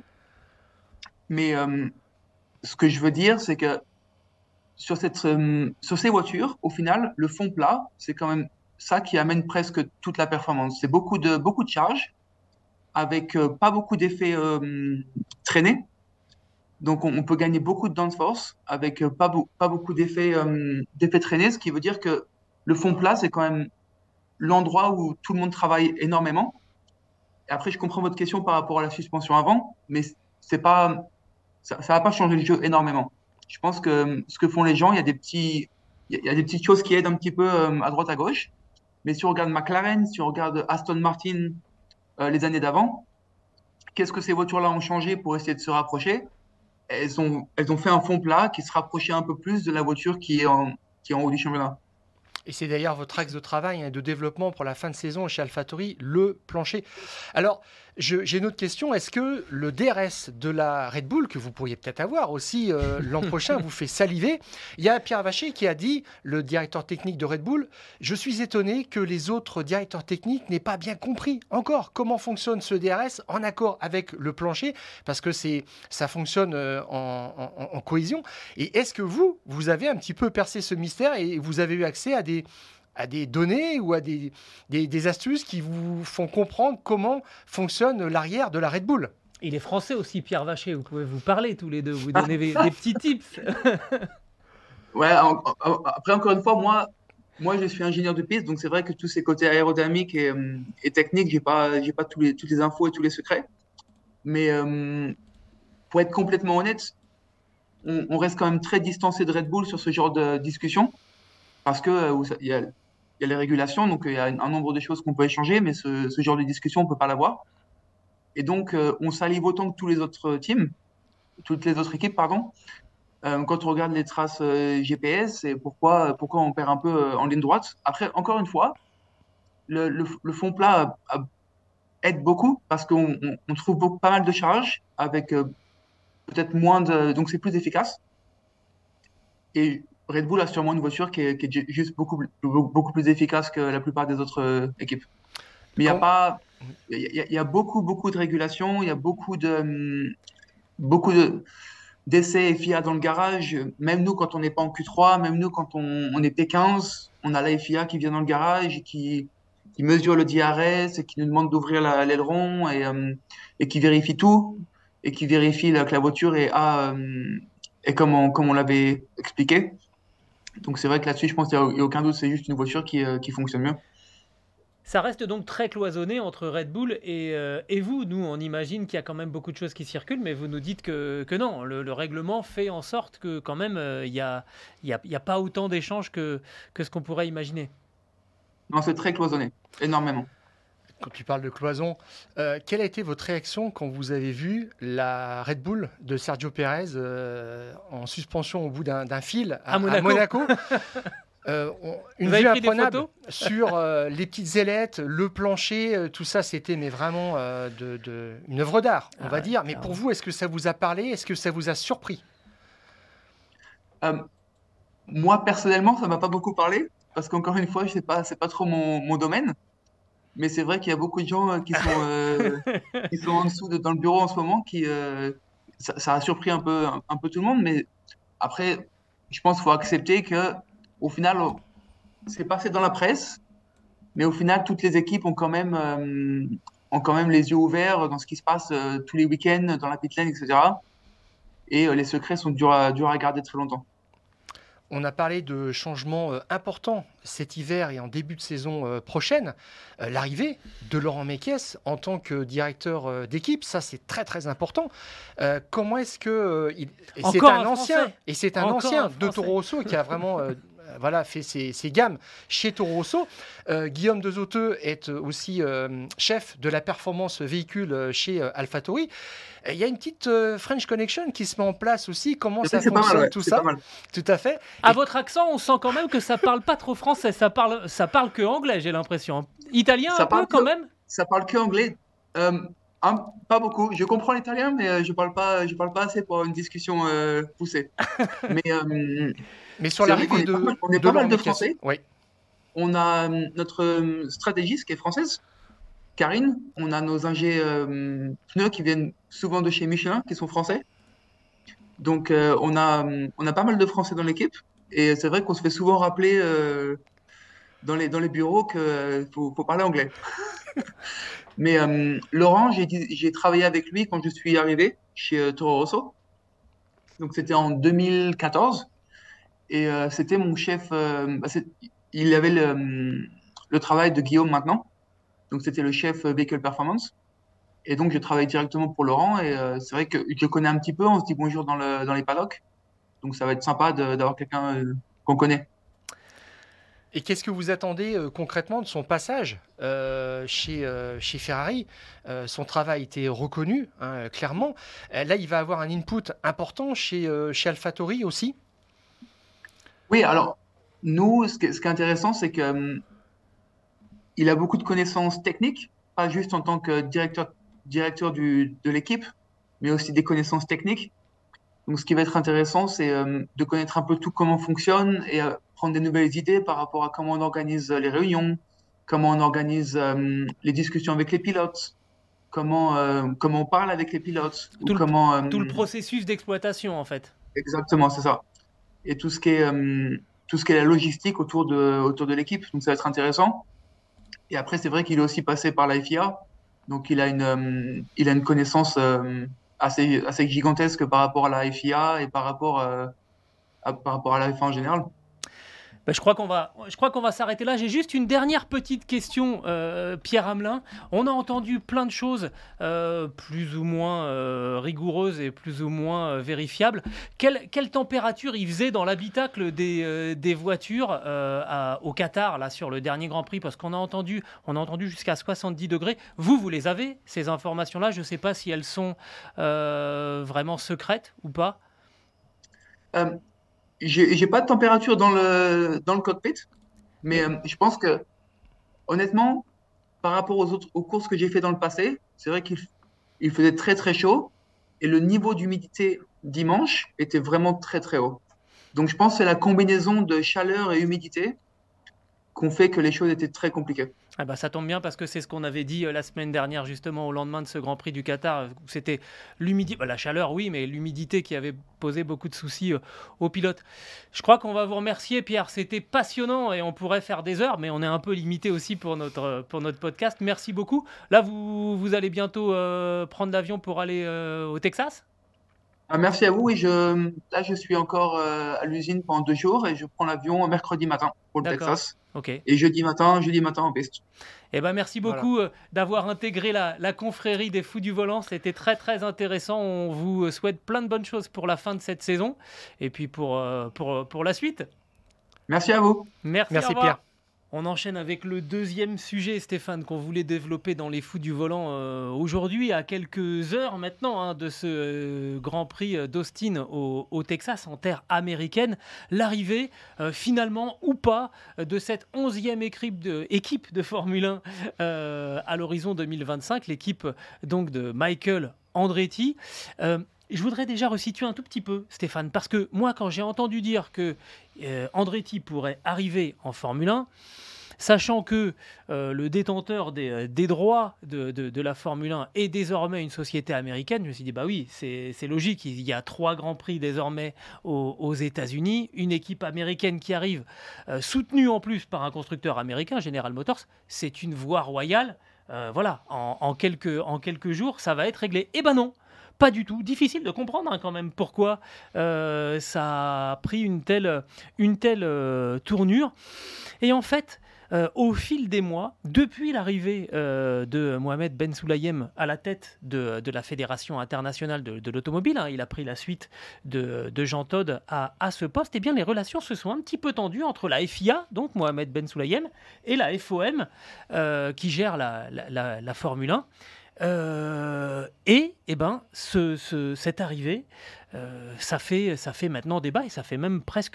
Mais euh, ce que je veux dire, c'est que sur cette, euh, sur ces voitures, au final, le fond plat, c'est quand même ça qui amène presque toute la performance. C'est beaucoup de, beaucoup de charge avec euh, pas beaucoup d'effets euh, traînés. Donc, on, on peut gagner beaucoup de downforce avec euh, pas, beau- pas beaucoup d'effets euh, d'effets traînés, ce qui veut dire que le fond plat, c'est quand même l'endroit où tout le monde travaille énormément. Et après, je comprends votre question par rapport à la suspension avant, mais c'est pas, ça ne va pas changer le jeu énormément. Je pense que euh, ce que font les gens, il y a des petits, il y a il y a des petites choses qui aident un petit peu euh, à droite à gauche. Mais si on regarde McLaren, si on regarde Aston Martin euh, les années d'avant, qu'est-ce que ces voitures-là ont changé pour essayer de se rapprocher? Elles ont, elles ont fait un fond plat qui se rapprochait un peu plus de la voiture qui est en, qui est en haut du championnat. Et c'est d'ailleurs votre axe de travail et de développement pour la fin de saison chez AlphaTauri, le plancher. Alors, je- j'ai une autre question. Est-ce que le D R S de la Red Bull, que vous pourriez peut-être avoir aussi euh, l'an prochain, vous fait saliver? Il y a Pierre Vacher qui a dit, le directeur technique de Red Bull, je suis étonné que les autres directeurs techniques n'aient pas bien compris encore comment fonctionne ce D R S en accord avec le plancher, parce que c'est, ça fonctionne euh, en, en- en cohésion. Et est-ce que vous, vous avez un petit peu percé ce mystère et vous avez eu accès à des à des données ou à des, des, des astuces qui vous font comprendre comment fonctionne l'arrière de la Red Bull? Il est français aussi, Pierre Vacher. Vous pouvez vous parler tous les deux, vous donner des, des petits tips. Ouais, en- en- après, encore une fois, moi, moi, je suis ingénieur de piste, donc c'est vrai que tous ces côtés aérodynamiques et, euh, et techniques, j'ai pas, j'ai pas tous les, toutes les infos et tous les secrets. Mais euh, pour être complètement honnête, on, on reste quand même très distancé de Red Bull sur ce genre de discussion, parce que euh, où ça- il y a, il y a les régulations, donc euh, il y a un nombre de choses qu'on peut échanger, mais ce, ce genre de discussion, on peut pas l'avoir. Et donc, euh, on salive autant que tous les autres teams, toutes les autres équipes, pardon. Euh, quand on regarde les traces euh, G P S, et pourquoi, pourquoi on perd un peu euh, en ligne droite. Après, encore une fois, le, le, le fond plat euh, aide beaucoup parce qu'on on, on trouve beaucoup, pas mal de charges avec euh, peut-être moins de. Donc, c'est plus efficace. Et Red Bull a sûrement une voiture qui est, qui est ju- juste beaucoup, plus- beaucoup plus efficace que la plupart des autres euh, équipes. Mais il y a Quand- pas. Il y, a- il y a beaucoup, beaucoup de régulations, il y a beaucoup de, hum, beaucoup de, d'essais F I A dans le garage. Même nous, quand on n'est pas en Q trois, même nous, quand on, on est P quinze, on a la F I A qui vient dans le garage et qui, qui mesure le D R S et qui nous demande d'ouvrir la- l'aileron et, euh, et qui vérifie tout et qui vérifie là, que la voiture est, à, euh, est comme on, comme on l'avait expliqué. Donc c'est vrai que là-dessus, je pense qu'il n'y a, il y a aucun doute, c'est juste une voiture qui, euh, qui fonctionne mieux. Ça reste donc très cloisonné entre Red Bull et, euh, et vous. Nous, on imagine qu'il y a quand même beaucoup de choses qui circulent, mais vous nous dites que, que non. Le, le règlement fait en sorte que quand même, euh, il n'y a, il y a, il y a pas autant d'échanges que, que ce qu'on pourrait imaginer. Non, c'est très cloisonné, énormément. Quand tu parles de cloison, euh, quelle a été votre réaction quand vous avez vu la Red Bull de Sergio Pérez euh, en suspension au bout d'un d'un fil à, À Monaco. à Monaco? Euh, on- une Vous avez vue pris des imprenable photos sur euh, les petites ailettes, le plancher, euh, tout ça, c'était mais vraiment euh, de, de- une œuvre d'art, on Ah va ouais, dire. Mais clairement. pour vous, est-ce que ça vous a parlé? Est-ce que ça vous a surpris? Euh, Moi, personnellement, ça m'a pas beaucoup parlé parce qu'encore une fois, je sais pas, c'est pas trop mon, mon domaine. mais c'est vrai qu'il y a beaucoup de gens euh, qui sont, euh, qui sont en dessous de, dans le bureau en ce moment, qui, euh, ça, ça a surpris un peu, un, un peu tout le monde, mais après, je pense qu'il faut accepter que, au final, on- c'est passé dans la presse, mais au final, toutes les équipes ont quand même, euh, ont quand même les yeux ouverts dans ce qui se passe euh, tous les week-ends dans la pit lane, et cetera. Et euh, les secrets sont durs à, durs à garder très longtemps. On a parlé de changements euh, importants cet hiver et en début de saison euh, prochaine. Euh, l'arrivée de Laurent Mekies en tant que directeur euh, d'équipe, ça c'est très très important. Euh, comment est-ce que euh, il... et c'est Encore un un ancien Français. et c'est un Encore ancien un de Français. Toro Rosso qui a vraiment euh, euh, voilà fait ses, ses gammes chez Toro Rosso. Euh, Guillaume de Zoteux est aussi euh, chef de la performance véhicule euh, chez euh, AlphaTauri. Il y a une petite euh, French Connection qui se met en place aussi. Comment ça C'est pas mal, fonctionne ouais, tout c'est ça? pas mal. Tout à fait. À Et- votre accent, on sent quand même que ça parle pas trop français, ça parle, ça parle que anglais, j'ai l'impression. Italien Ça un peu parle quand que- même. Ça parle que anglais. Euh, un- pas beaucoup. Je comprends l'italien, mais euh, je parle pas, je parle pas assez pour avoir une discussion euh, poussée. Mais euh, Mais sur c'est vrai qu'on l'arrivée est pas mal, de, on est de pas mal Laurent de Mekies. Français. Oui. On a euh, notre euh, stratégiste qui est française, Karine. On a nos ingés euh, pneus qui viennent souvent de chez Michelin, qui sont français. Donc euh, on a, euh, on a pas mal de Français dans l'équipe. Et c'est vrai qu'on se fait souvent rappeler euh, dans les, dans les bureaux qu'il faut, faut parler anglais. Mais euh, Laurent, j'ai dit- j'ai travaillé avec lui quand je suis arrivé chez euh, Toro Rosso. Donc c'était en deux mille quatorze. Et euh, c'était mon chef. Euh, bah, c'est- il avait le, le travail de Guillaume maintenant. Donc c'était le chef euh, Vehicle Performance. Et donc je travaille directement pour Laurent. Et euh, c'est vrai que je le connais un petit peu. On se dit bonjour dans, le, dans les paddocks. Donc ça va être sympa de- d'avoir quelqu'un euh, qu'on connaît. Et qu'est-ce que vous attendez euh, concrètement de son passage euh, chez, euh, chez Ferrari? Euh, Son travail a été reconnu, hein, clairement. Euh, là, il va avoir un input important chez, euh, chez AlphaTauri aussi. Oui, alors nous, ce qui est, ce qui est intéressant, c'est que euh, il a beaucoup de connaissances techniques, pas juste en tant que directeur, directeur du, de l'équipe, mais aussi des connaissances techniques. Donc, ce qui va être intéressant, c'est euh, de connaître un peu tout comment fonctionne et euh, prendre des nouvelles idées par rapport à comment on organise les réunions, comment on organise euh, les discussions avec les pilotes, comment, euh, comment on parle avec les pilotes, ou Tout le, comment... euh, tout le processus d'exploitation en fait. exactement, c'est ça. Et tout ce qui est, euh, tout ce qui est la logistique autour de, autour de l'équipe. Donc, ça va être intéressant. Et après, c'est vrai qu'il est aussi passé par la F I A, donc il a une, euh, il a une connaissance euh, assez, assez gigantesque par rapport à la F I A et par rapport, euh, à, par rapport à la F un en général. Ben, je crois qu'on va, je crois qu'on va s'arrêter là. J'ai juste une dernière petite question, euh, Pierre Hamelin. On a entendu plein de choses euh, plus ou moins euh, rigoureuses et plus ou moins euh, vérifiables. Quelle, quelle température il faisait dans l'habitacle des, euh, des voitures euh, à- au Qatar, là, sur le dernier Grand Prix? Parce qu'on a entendu, on a entendu jusqu'à soixante-dix degrés. Vous, vous les avez, ces informations-là? Je ne sais pas si elles sont euh, vraiment secrètes ou pas. Euh, j'ai, j'ai pas de température dans le, dans le cockpit, mais Mais euh, je pense que, honnêtement, par rapport aux autres, aux courses que j'ai fait dans le passé, c'est vrai qu'il il faisait très très chaud et le niveau d'humidité dimanche était vraiment très très haut. Donc je pense que c'est la combinaison de chaleur et humidité qu'on fait que les choses étaient très compliquées. Ah bah ça tombe bien parce que c'est ce qu'on avait dit euh, la semaine dernière justement au lendemain de ce Grand Prix du Qatar. euh, où C'était l'humidité, bah, la chaleur oui, mais l'humidité qui avait posé beaucoup de soucis euh, aux pilotes. Je crois qu'on va vous remercier Pierre, c'était passionnant et on pourrait faire des heures, mais on est un peu limité aussi pour notre, pour notre podcast. Merci beaucoup. Là vous, vous allez bientôt euh, prendre l'avion pour aller euh, au Texas? Ah, merci à vous. Et je, là, je suis encore euh, à l'usine pendant deux jours et je prends l'avion mercredi matin pour le D'accord, Texas. ok. Et jeudi matin, jeudi matin en piste. Eh ben merci beaucoup euh, d'avoir intégré la, la confrérie des fous du volant. C'était très très intéressant. On vous souhaite plein de bonnes choses pour la fin de cette saison et puis pour, euh, pour, pour la suite. Merci à vous. Merci, Merci au revoir. Pierre. On enchaîne avec le deuxième sujet, Stéphane, qu'on voulait développer dans les fous du volant euh, aujourd'hui, à quelques heures maintenant hein, de ce euh, Grand Prix d'Austin au, au Texas, en terre américaine. L'arrivée, euh, finalement ou pas, de cette onzième équipe de, équipe de Formule un euh, à l'horizon deux mille vingt-cinq, l'équipe donc de Michael Andretti. Euh, Je voudrais déjà resituer un tout petit peu, Stéphane, parce que moi, quand j'ai entendu dire que euh, Andretti pourrait arriver en Formule un, sachant que euh, le détenteur des, des droits de, de, de la Formule un est désormais une société américaine, je me suis dit, bah oui, c'est, c'est logique, il y a trois grands prix désormais aux, aux États-Unis, une équipe américaine qui arrive, euh, soutenue en plus par un constructeur américain, General Motors, c'est une voie royale. Euh, voilà, en, en, quelques, en quelques jours, ça va être réglé. Eh ben non, pas du tout. Difficile de comprendre hein, quand même pourquoi euh, ça a pris une telle, une telle euh, tournure. Et en fait, euh, au fil des mois, depuis l'arrivée euh, de Mohamed Ben Sulayem à la tête de, de la Fédération internationale de, de l'automobile, hein, il a pris la suite de, de Jean Todt à, à ce poste, et eh bien les relations se sont un petit peu tendues entre la F I A, donc Mohamed Ben Sulayem, et la F O M, euh, qui gère la, la, la, la Formule un. Euh, et eh ben, ce, ce, cette arrivée, euh, ça, fait, ça fait maintenant débat et ça fait même presque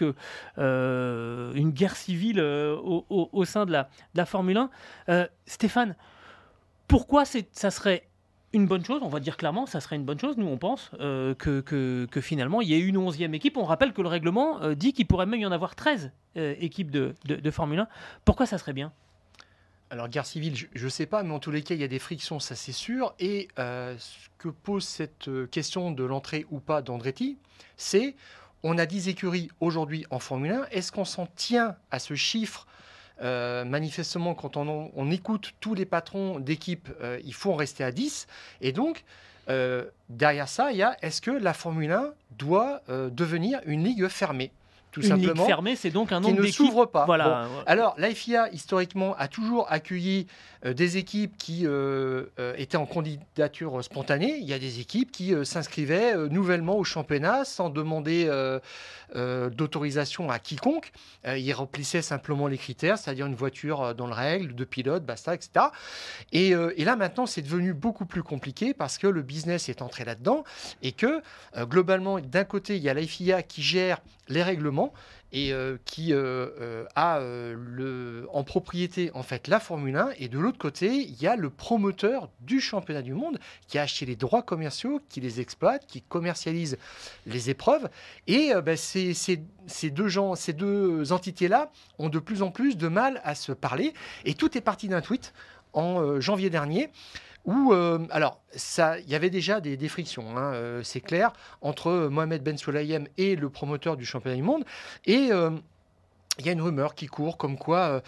euh, une guerre civile euh, au, au, au sein de la, de la Formule un. Euh, Stéphane, pourquoi c'est, ça serait une bonne chose, on va dire clairement, ça serait une bonne chose, nous on pense, euh, que, que, que finalement il y ait une onzième équipe. On rappelle que le règlement euh, dit qu'il pourrait même y en avoir treize euh, équipes de, de, de Formule un. Pourquoi ça serait bien ? Alors, guerre civile, je ne sais pas, mais en tous les cas, il y a des frictions, ça c'est sûr. Et euh, ce que pose cette question de l'entrée ou pas d'Andretti, c'est, on a dix écuries aujourd'hui en Formule un, est-ce qu'on s'en tient à ce chiffre ? Euh, manifestement, quand on, on écoute tous les patrons d'équipe, euh, il faut en rester à dix. Et donc, euh, derrière ça, il y a, est-ce que la Formule un doit euh, devenir une ligue fermée ? Tout une simplement, ligue fermée, c'est donc un nombre qui ne d'équipes s'ouvre pas. Voilà. Bon. Alors, la F I A, historiquement, a toujours accueilli euh, des équipes qui euh, euh, étaient en candidature spontanée. Il y a des équipes qui euh, s'inscrivaient euh, nouvellement au championnat sans demander euh, euh, d'autorisation à quiconque. Euh, ils remplissaient simplement les critères, c'est-à-dire une voiture dans le règle, deux pilotes, basta, et cetera. Et, euh, et là, maintenant, c'est devenu beaucoup plus compliqué parce que le business est entré là-dedans et que, euh, globalement, d'un côté, il y a la F I A qui gère les règlements et euh, qui euh, euh, a euh, le, en propriété en fait la Formule un, et de l'autre côté il y a le promoteur du championnat du monde qui a acheté les droits commerciaux, qui les exploite, qui commercialise les épreuves, et euh, bah, ces, ces, ces deux gens, ces deux entités-là ont de plus en plus de mal à se parler, et tout est parti d'un tweet en euh, janvier dernier, où, euh, alors, ça, il y avait déjà des, des frictions, hein, euh, c'est clair, entre Mohamed Ben Sulayem et le promoteur du championnat du monde. Et euh, il y a une rumeur qui court comme quoi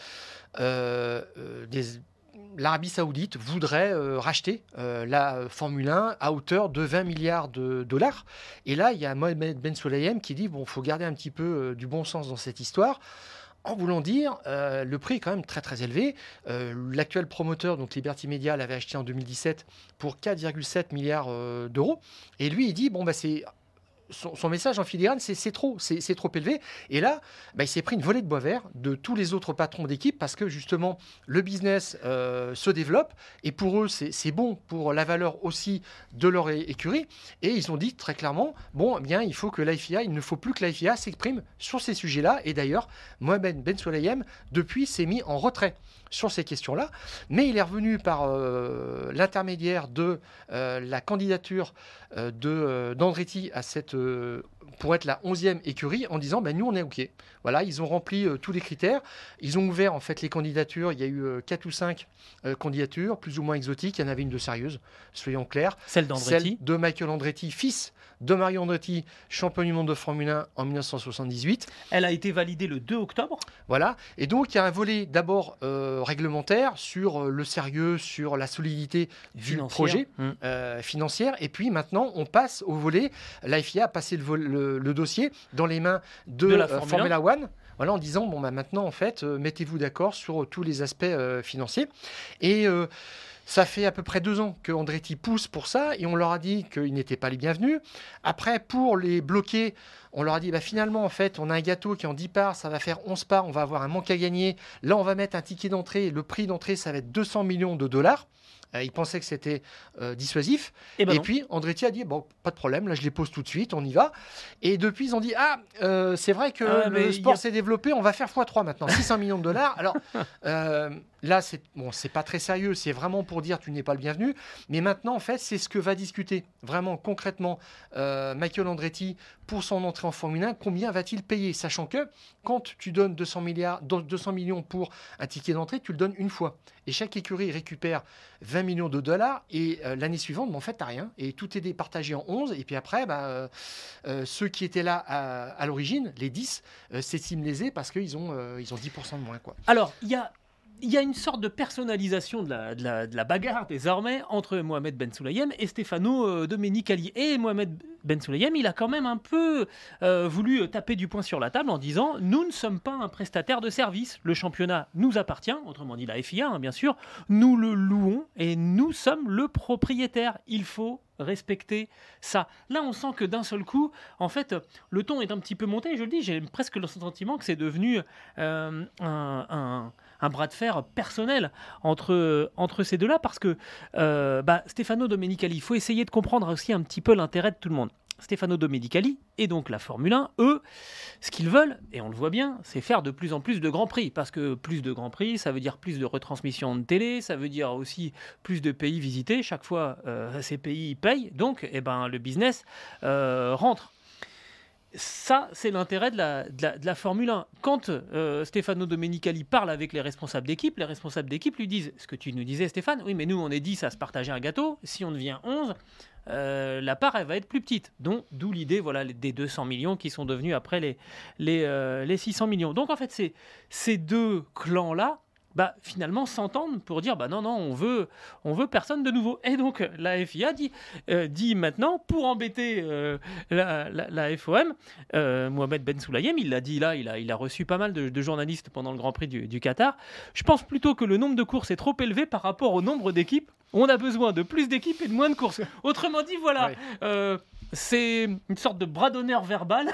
euh, euh, des, l'Arabie Saoudite voudrait euh, racheter euh, la Formule un à hauteur de vingt milliards de dollars. Et là, il y a Mohamed Ben Sulayem qui dit, bon, il faut garder un petit peu euh, du bon sens dans cette histoire. En voulant dire, euh, le prix est quand même très très élevé. Euh, l'actuel promoteur, donc Liberty Media, l'avait acheté en deux mille dix-sept pour quatre virgule sept milliards euh, d'euros. Et lui, il dit, bon, bah, c'est... Son, son message en filigrane, c'est, c'est trop, c'est, c'est trop élevé. Et là, bah, il s'est pris une volée de bois vert de tous les autres patrons d'équipe parce que justement, le business euh, se développe et pour eux, c'est, c'est bon pour la valeur aussi de leur é- écurie. Et ils ont dit très clairement, bon, eh bien, il faut que l'A F I A, il ne faut plus que l'A F I A s'exprime sur ces sujets-là. Et d'ailleurs, Mohamed Ben Sulayem, depuis, s'est mis en retrait sur ces questions-là, mais il est revenu par euh, l'intermédiaire de euh, la candidature euh, de, euh, d'Andretti à cette, euh, pour être la onzième écurie en disant ben, « nous on est OK ». Voilà, ils ont rempli euh, tous les critères, ils ont ouvert en fait les candidatures, il y a eu euh, quatre ou cinq euh, candidatures, plus ou moins exotiques, il y en avait une de sérieuse, soyons clairs. Celle d'Andretti. Celle de Michael Andretti, fils de Mario Andretti, champion du monde de Formule un en dix-neuf cent soixante-dix-huit. Elle a été validée le deux octobre. Voilà, et donc il y a un volet d'abord euh, réglementaire sur euh, le sérieux, sur la solidité du Financière. projet Mmh. euh, financière, et puis maintenant on passe au volet, la F I A a passé le, vol- le, le dossier dans les mains de, De la euh, Formule Formula One, voilà, en disant bon bah maintenant en fait euh, mettez-vous d'accord sur euh, tous les aspects euh, financiers, et euh, ça fait à peu près deux ans que Andretti pousse pour ça et on leur a dit qu'ils n'étaient pas les bienvenus. Après, pour les bloquer, on leur a dit bah, finalement, en fait, on a un gâteau qui est en dix parts, ça va faire onze parts, on va avoir un manque à gagner. Là, on va mettre un ticket d'entrée. Le prix d'entrée, ça va être deux cents millions de dollars. Euh, ils pensaient que c'était euh, dissuasif. Et, ben et non. puis, Andretti a dit bon, pas de problème, là, je les pose tout de suite, on y va. Et depuis, ils ont dit ah, euh, c'est vrai que Ah, le mais sport y a... s'est développé, on va faire fois trois maintenant, six cents millions de dollars. Alors. Euh, là, c'est bon, c'est pas très sérieux. C'est vraiment pour dire tu n'es pas le bienvenu. Mais maintenant, en fait, c'est ce que va discuter vraiment concrètement euh, Michael Andretti pour son entrée en Formule un. Combien va-t-il payer, sachant que quand tu donnes deux cents milliards, deux cents millions pour un ticket d'entrée, tu le donnes une fois. Et chaque écurie récupère vingt millions de dollars. Et euh, l'année suivante, bon, en fait, t'as rien. Et tout est départagé en onze. Et puis après, bah, euh, euh, ceux qui étaient là à, à l'origine, les dix, euh, s'estiment lésés parce qu'ils ont, euh, ils ont dix pour cent de moins, quoi. Alors, il y a Il y a une sorte de personnalisation de la, de la, de la bagarre désormais entre Mohamed Ben Sulayem et Stefano euh, Domenicali. Et Mohamed Ben Sulayem, il a quand même un peu euh, voulu taper du poing sur la table en disant « Nous ne sommes pas un prestataire de service. Le championnat nous appartient, autrement dit la F I A, hein, bien sûr. Nous le louons et nous sommes le propriétaire. Il faut respecter ça. » Là, on sent que d'un seul coup, en fait, le ton est un petit peu monté. Je le dis, j'ai presque le sentiment que c'est devenu euh, un... un un bras de fer personnel entre, entre ces deux-là, parce que euh, bah, Stefano Domenicali, il faut essayer de comprendre aussi un petit peu l'intérêt de tout le monde. Stefano Domenicali et donc la Formule un, eux, ce qu'ils veulent, et on le voit bien, c'est faire de plus en plus de grands prix, parce que plus de grands prix, ça veut dire plus de retransmissions de télé, ça veut dire aussi plus de pays visités, chaque fois euh, ces pays payent, donc eh ben, le business euh, rentre. Ça, c'est l'intérêt de la, de la, de la Formule un. Quand euh, Stefano Domenicali parle avec les responsables d'équipe, les responsables d'équipe lui disent ce que tu nous disais, Stéphane, oui, mais nous, on est dix à se partager un gâteau. Si on devient onze, euh, la part, elle va être plus petite. Donc, d'où l'idée voilà, des deux cents millions qui sont devenus après les, les, euh, les six cents millions. Donc, en fait, c'est, ces deux clans-là, bah, finalement s'entendent pour dire bah non non on veut on veut personne de nouveau, et donc la F I A dit euh, dit maintenant pour embêter euh, la, la, la F O M, euh, Mohamed Ben Sulayem, il l'a dit là, il a il a reçu pas mal de, de journalistes pendant le Grand Prix du, du Qatar. Je pense plutôt que le nombre de courses est trop élevé par rapport au nombre d'équipes. On a besoin de plus d'équipes et de moins de courses. Autrement dit, voilà. Ouais. Euh, c'est une sorte de bras d'honneur verbal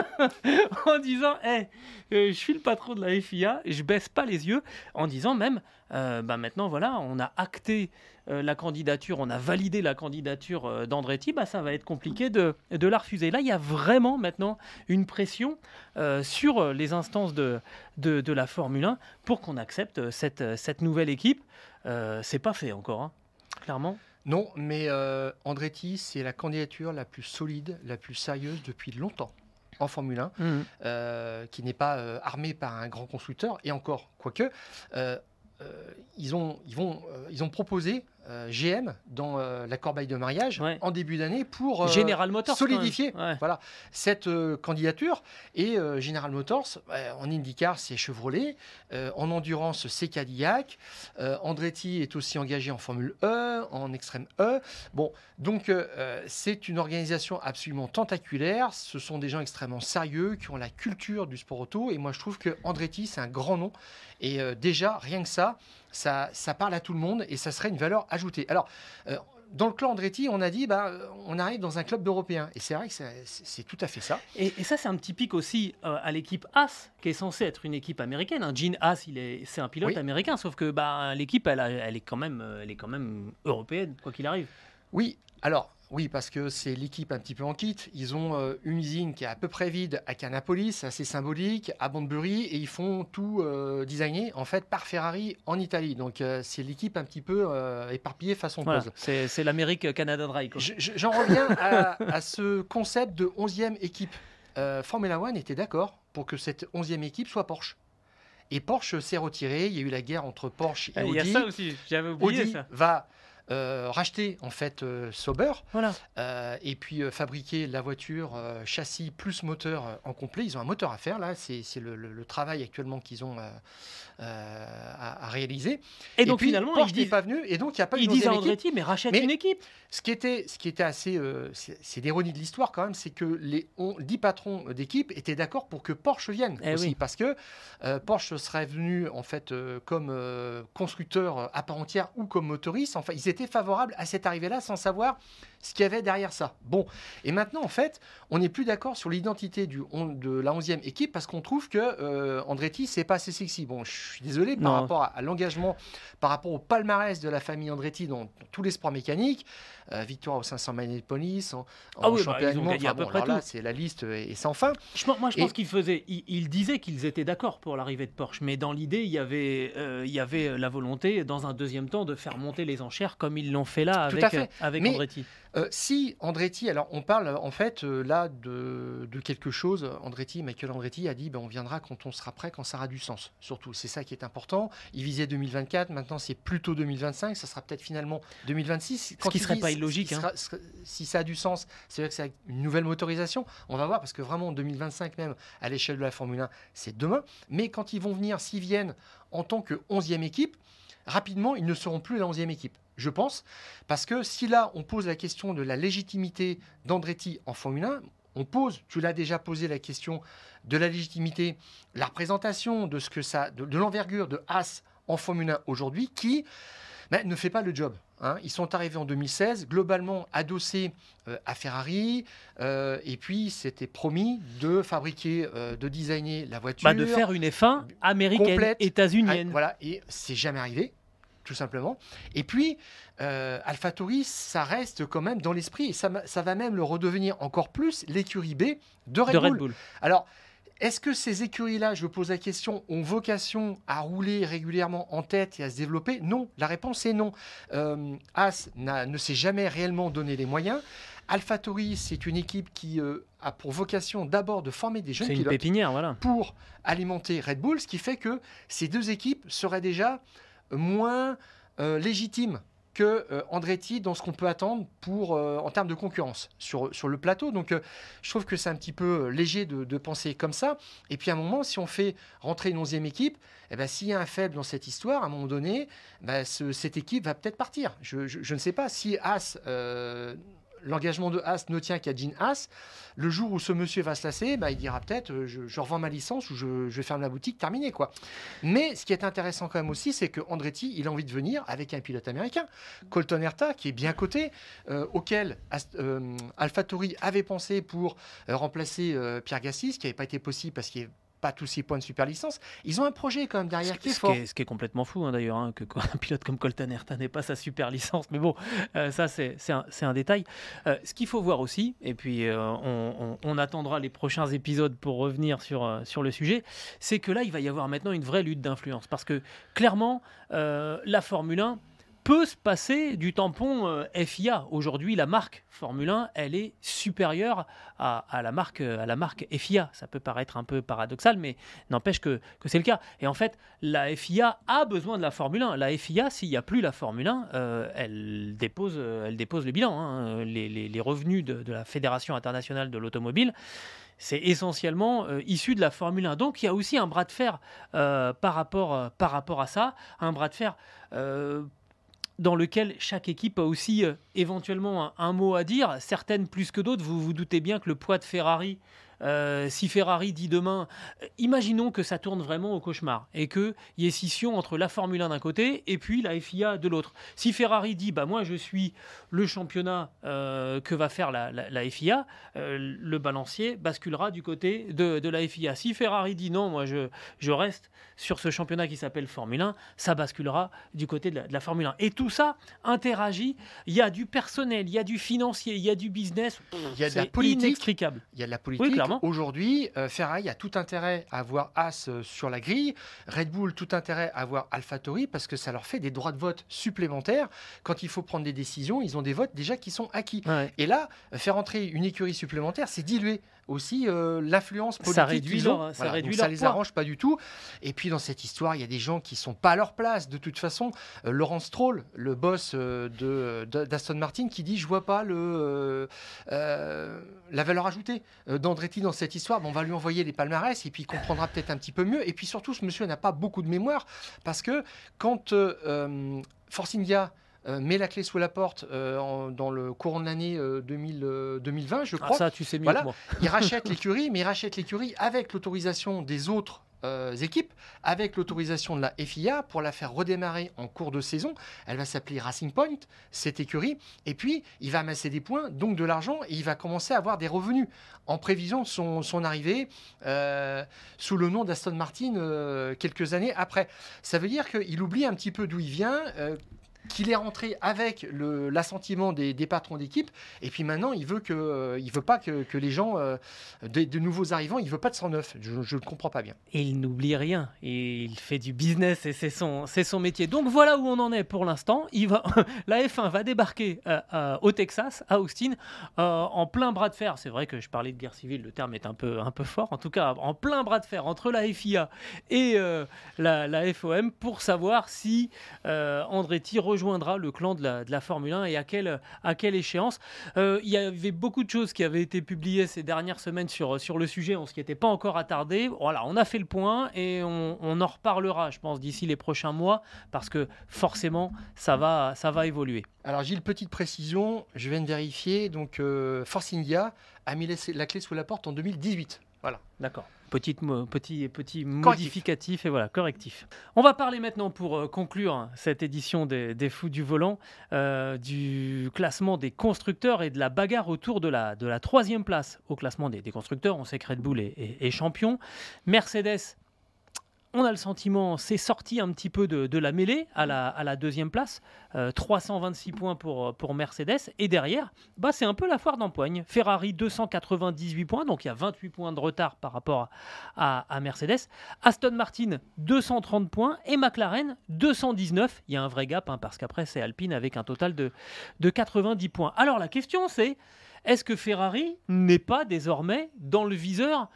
en disant hey, euh, je suis le patron de la F I A et je baisse pas les yeux, en disant même euh, bah maintenant voilà, on a acté euh, la candidature, on a validé la candidature euh, d'Andretti, bah ça va être compliqué de, de la refuser. Là il y a vraiment maintenant une pression euh, sur les instances de, de, de la Formule un pour qu'on accepte cette, cette nouvelle équipe. Euh, c'est pas fait encore, hein, clairement. Non, mais euh, Andretti, c'est la candidature la plus solide, la plus sérieuse depuis longtemps en Formule un, mmh. euh, qui n'est pas euh, armée par un grand constructeur. Et encore, quoique, euh, euh, ils, ont, ils, vont, euh, ils ont proposé euh, G M dans euh, la corbeille de mariage ouais. en début d'année pour euh, General Motors, solidifier ouais. voilà, cette euh, candidature. Et euh, General Motors, euh, en IndyCar, c'est Chevrolet, euh, en endurance, c'est Cadillac. Euh, Andretti est aussi engagé en Formule E, en Extrême E. Bon, donc euh, c'est une organisation absolument tentaculaire. Ce sont des gens extrêmement sérieux qui ont la culture du sport auto. Et moi, je trouve que Andretti, c'est un grand nom. Et euh, déjà, rien que ça, ça, ça parle à tout le monde et ça serait une valeur ajoutée. Alors, euh, dans le clan Andretti, on a dit, bah, on arrive dans un club d'Européens. Et c'est vrai que c'est, c'est tout à fait ça. Et, et ça, c'est un petit pic aussi euh, à l'équipe Haas, qui est censée être une équipe américaine. Hein. Gene Haas, il est, c'est un pilote oui. américain, sauf que bah, l'équipe, elle, a, elle, est quand même, elle est quand même européenne, quoi qu'il arrive. Oui, alors... Oui, parce que c'est l'équipe un petit peu en kit. Ils ont euh, une usine qui est à peu près vide à Canapolis, assez symbolique, à Banbury, et ils font tout euh, designer en fait par Ferrari en Italie. Donc euh, c'est l'équipe un petit peu euh, éparpillée façon voilà, pause. C'est, c'est l'Amérique Canada Dry. Quoi. Je, je, j'en reviens à, à ce concept de onzième équipe. Euh, Formula One était d'accord pour que cette onzième équipe soit Porsche. Et Porsche s'est retiré. Il y a eu la guerre entre Porsche et Audi. Il y a ça aussi. J'avais oublié Audi ça. Va Euh, racheter en fait euh, Sauber voilà. euh, et puis euh, fabriquer la voiture euh, châssis plus moteur euh, en complet. Ils ont un moteur à faire là, c'est, c'est le, le, le travail actuellement qu'ils ont euh, euh, à, à réaliser. Et, et donc puis, finalement, Porsche ils n'est pas venu et donc il n'y a pas ils une disent à Andretti, mais rachète mais une équipe. Ce qui était, ce qui était assez, euh, c'est, c'est l'ironie de l'histoire quand même, c'est que les on, dix patrons d'équipe étaient d'accord pour que Porsche vienne eh aussi, oui. parce que euh, Porsche serait venu en fait euh, comme euh, constructeur à part entière ou comme motoriste. Enfin, ils étaient étaient favorables à cette arrivée-là sans savoir ce qu'il y avait derrière ça. Bon, et maintenant, en fait, on n'est plus d'accord sur l'identité du, on, de la onzième équipe parce qu'on trouve que euh, Andretti, c'est pas assez sexy. Bon, je suis désolé, par Non. rapport à, à l'engagement, par rapport au palmarès de la famille Andretti dans, dans tous les sports mécaniques, euh, victoire aux cinq cents Minneapolis, en, en Ah oui, bah, championnat ils ont du monde, gagné à enfin, peu bon, près alors là, tout. c'est, la liste est, est sans fin. Je, pense- moi, je pense Et- qu'ils faisaient, ils, ils disaient qu'ils étaient d'accord pour l'arrivée de Porsche, mais dans l'idée, il y avait, euh, il y avait la volonté, dans un deuxième temps, de faire monter les enchères comme ils l'ont fait là Tout avec, à fait. euh, avec Mais- Andretti. Euh, si Andretti, alors on parle en fait euh, là de, de quelque chose, Andretti, Michael Andretti a dit ben, on viendra quand on sera prêt, quand ça aura du sens, surtout, c'est ça qui est important. Il visait deux mille vingt-quatre, maintenant c'est plutôt deux mille vingt-cinq, ça sera peut-être finalement deux mille vingt-six. Ce qui il serait dit- pas illogique, ce qui sera- ce- si ça a du sens, c'est vrai que c'est une nouvelle motorisation, on va voir, parce que vraiment en deux mille vingt-cinq même, à l'échelle de la Formule un, c'est demain, mais quand ils vont venir, s'ils viennent en tant que onzième équipe, rapidement, ils ne seront plus la onzième équipe, je pense. Parce que si là, on pose la question de la légitimité d'Andretti en Formule un, on pose, tu l'as déjà posé, la question de la légitimité, la représentation de, ce que ça, de, de l'envergure de Haas en Formule un aujourd'hui, qui ben, ne fait pas le job. Hein. Ils sont arrivés en deux mille seize, globalement adossés euh, à Ferrari, euh, et puis c'était promis de fabriquer, euh, de designer la voiture. Bah, de faire une F un américaine, complète. états-unienne. Ah, voilà, et c'est jamais arrivé, tout simplement. Et puis, euh, AlphaTauri, ça reste quand même dans l'esprit, et ça, ma- ça va même le redevenir encore plus l'écurie B de Red de Bull. Red Bull. Alors, est-ce que ces écuries-là, je pose la question, ont vocation à rouler régulièrement en tête et à se développer? Non, la réponse est non. Euh, Haas n'a- ne s'est jamais réellement donné les moyens. AlphaTauri, c'est une équipe qui euh, a pour vocation d'abord de former des jeunes C'est une pilotes pépinière, voilà. pour alimenter Red Bull, ce qui fait que ces deux équipes seraient déjà moins euh, légitimes que euh, Andretti dans ce qu'on peut attendre pour, euh, en termes de concurrence sur, sur le plateau. Donc euh, je trouve que c'est un petit peu euh, léger de, de penser comme ça. Et puis à un moment, si on fait rentrer une onzième équipe, eh ben, s'il y a un faible dans cette histoire, à un moment donné, ben, ce- cette équipe va peut-être partir. Je, je- je ne sais pas si Haas... euh, l'engagement de Haas ne tient qu'à Gene Haas. Le jour où ce monsieur va se lasser, bah, il dira peut-être euh, je, je revends ma licence ou je, je ferme la boutique, terminé quoi. Mais ce qui est intéressant quand même aussi, c'est que Andretti, il a envie de venir avec un pilote américain, Colton Herta, qui est bien coté, euh, auquel Ast- euh, AlphaTauri avait pensé pour euh, remplacer euh, Pierre Gasly, ce qui n'avait pas été possible parce qu'il n'y avait pas tous ses points de super licence. Ils ont un projet quand même derrière qui est Ce fort. qui est, ce qui est complètement fou hein, d'ailleurs, hein, que qu'un pilote comme Colton Herta n'ait pas sa super licence. Mais bon, euh, ça c'est, c'est, un, c'est un détail. Euh, ce qu'il faut voir aussi, et puis euh, on, on- on attendra les prochains épisodes pour revenir sur, euh, sur le sujet, c'est que là il va y avoir maintenant une vraie lutte d'influence. Parce que clairement, euh, la Formule un peut se passer du tampon euh, F I A. Aujourd'hui, la marque Formule un, elle est supérieure à, à la marque, à la marque F I A. Ça peut paraître un peu paradoxal, mais n'empêche que, que c'est le cas. Et en fait, la F I A a besoin de la Formule un. La F I A, s'il n'y a plus la Formule un, euh, elle, dépose, euh, elle dépose le bilan. Hein. Les, les- les revenus de, de la Fédération internationale de l'automobile, c'est essentiellement euh, issu de la Formule un. Donc il y a aussi un bras de fer euh, par, rapport, euh, par rapport à ça, un bras de fer euh, dans lequel chaque équipe a aussi euh, éventuellement un, un mot à dire, certaines plus que d'autres. Vous vous doutez bien que le poids de Ferrari, euh, si Ferrari dit demain, euh, imaginons que ça tourne vraiment au cauchemar et qu'il y ait scission entre la Formule un d'un côté et puis la F I A de l'autre. Si Ferrari dit, bah, moi je suis le championnat euh, que va faire la, la- la F I A, euh, le balancier basculera du côté de, de la F I A. Si Ferrari dit non, moi je, je reste sur ce championnat qui s'appelle Formule un, ça basculera du côté de la, de la Formule un. Et tout ça interagit. Il y a du personnel, il y a du financier, il y a du business. Il y a de la C'est politique. inextricable. Il y a de la politique. clairement. Aujourd'hui, euh, Ferrari a tout intérêt à avoir Haas euh, sur la grille. Red Bull, tout intérêt à avoir AlphaTauri parce que ça leur fait des droits de vote supplémentaires. Quand il faut prendre des décisions, ils ont des votes déjà qui sont acquis. Ouais. Et là, euh, faire entrer une écurie supplémentaire, c'est diluer aussi euh, l'influence politique Ça réduit qu'ils ont. leur- ça Voilà, réduit donc leur ça les poids. arrange pas du tout. Et puis dans cette histoire, il y a des gens qui sont pas à leur place. De toute façon, euh, Laurent Stroll, le boss euh, de, de- d'Aston Martin, qui dit je vois pas le euh, euh, la valeur ajoutée euh, d'Andretti dans cette histoire. Bon, on va lui envoyer les palmarès et puis il comprendra peut-être un petit peu mieux. Et puis surtout, ce monsieur n'a pas beaucoup de mémoire parce que quand euh, euh, Force India euh, met la clé sous la porte euh, en- dans le courant de l'année euh, deux mille, euh, deux mille vingt, je Ah, crois. ça, tu sais mieux Voilà. que moi. Il rachète l'écurie, mais il rachète l'écurie avec l'autorisation des autres euh, équipes avec l'autorisation de la F I A pour la faire redémarrer en cours de saison. Elle va s'appeler Racing Point, cette écurie. Et puis, il va amasser des points, donc de l'argent, et il va commencer à avoir des revenus en prévision de son, son arrivée euh, sous le nom d'Aston Martin euh, quelques années après. Ça veut dire qu'il oublie un petit peu d'où il vient, euh, qu'il est rentré avec le, l'assentiment des, des patrons d'équipe, et puis maintenant il veut que, euh, il veut pas que, que les gens, euh, de, de nouveaux arrivants, il veut pas de sang neuf. Je ne comprends pas bien. Et il n'oublie rien, et il fait du business et c'est son, c'est son métier. Donc voilà où on en est pour l'instant. Il va, la F un va débarquer euh, euh, au Texas, à Austin, euh, en plein bras de fer. C'est vrai que je parlais de guerre civile, le terme est un peu, un peu fort. En tout cas, en plein bras de fer entre la F I A et euh, la, la F O M pour savoir si euh, Andretti rejoindra le clan de la, de la Formule un et à quelle, à quelle échéance. Euh, il y avait beaucoup de choses qui avaient été publiées ces dernières semaines sur, sur le sujet. On s'y était pas encore attardé. Voilà, on a fait le point et on, on en reparlera, je pense, d'ici les prochains mois parce que forcément, ça va, ça va évoluer. Alors Gilles, petite précision, je viens de vérifier. Donc euh, Force India a mis la clé sous la porte en deux mille dix-huit. Voilà. D'accord. Petite, mo- petit, petit modificatif et voilà, correctif. On va parler maintenant, pour euh, conclure cette édition des, des Fous du Volant, euh, du classement des constructeurs et de la bagarre autour de la, de la troisième place au classement des, des constructeurs. On sait que Red Bull est, est, est champion. Mercedes, on a le sentiment, c'est sorti un petit peu de, de la mêlée à la, à la deuxième place. Euh, trois cent vingt-six points pour, pour Mercedes. Et derrière, bah, c'est un peu la foire d'empoigne. Ferrari, deux cent quatre-vingt-dix-huit points. Donc il y a vingt-huit points de retard par rapport à, à, à Mercedes. Aston Martin, deux cent trente points. Et McLaren, deux cent dix-neuf. Il y a un vrai gap, hein, parce qu'après, c'est Alpine avec un total de, de quatre-vingt-dix points. Alors la question, c'est... Est-ce que Ferrari n'est pas désormais dans le viseur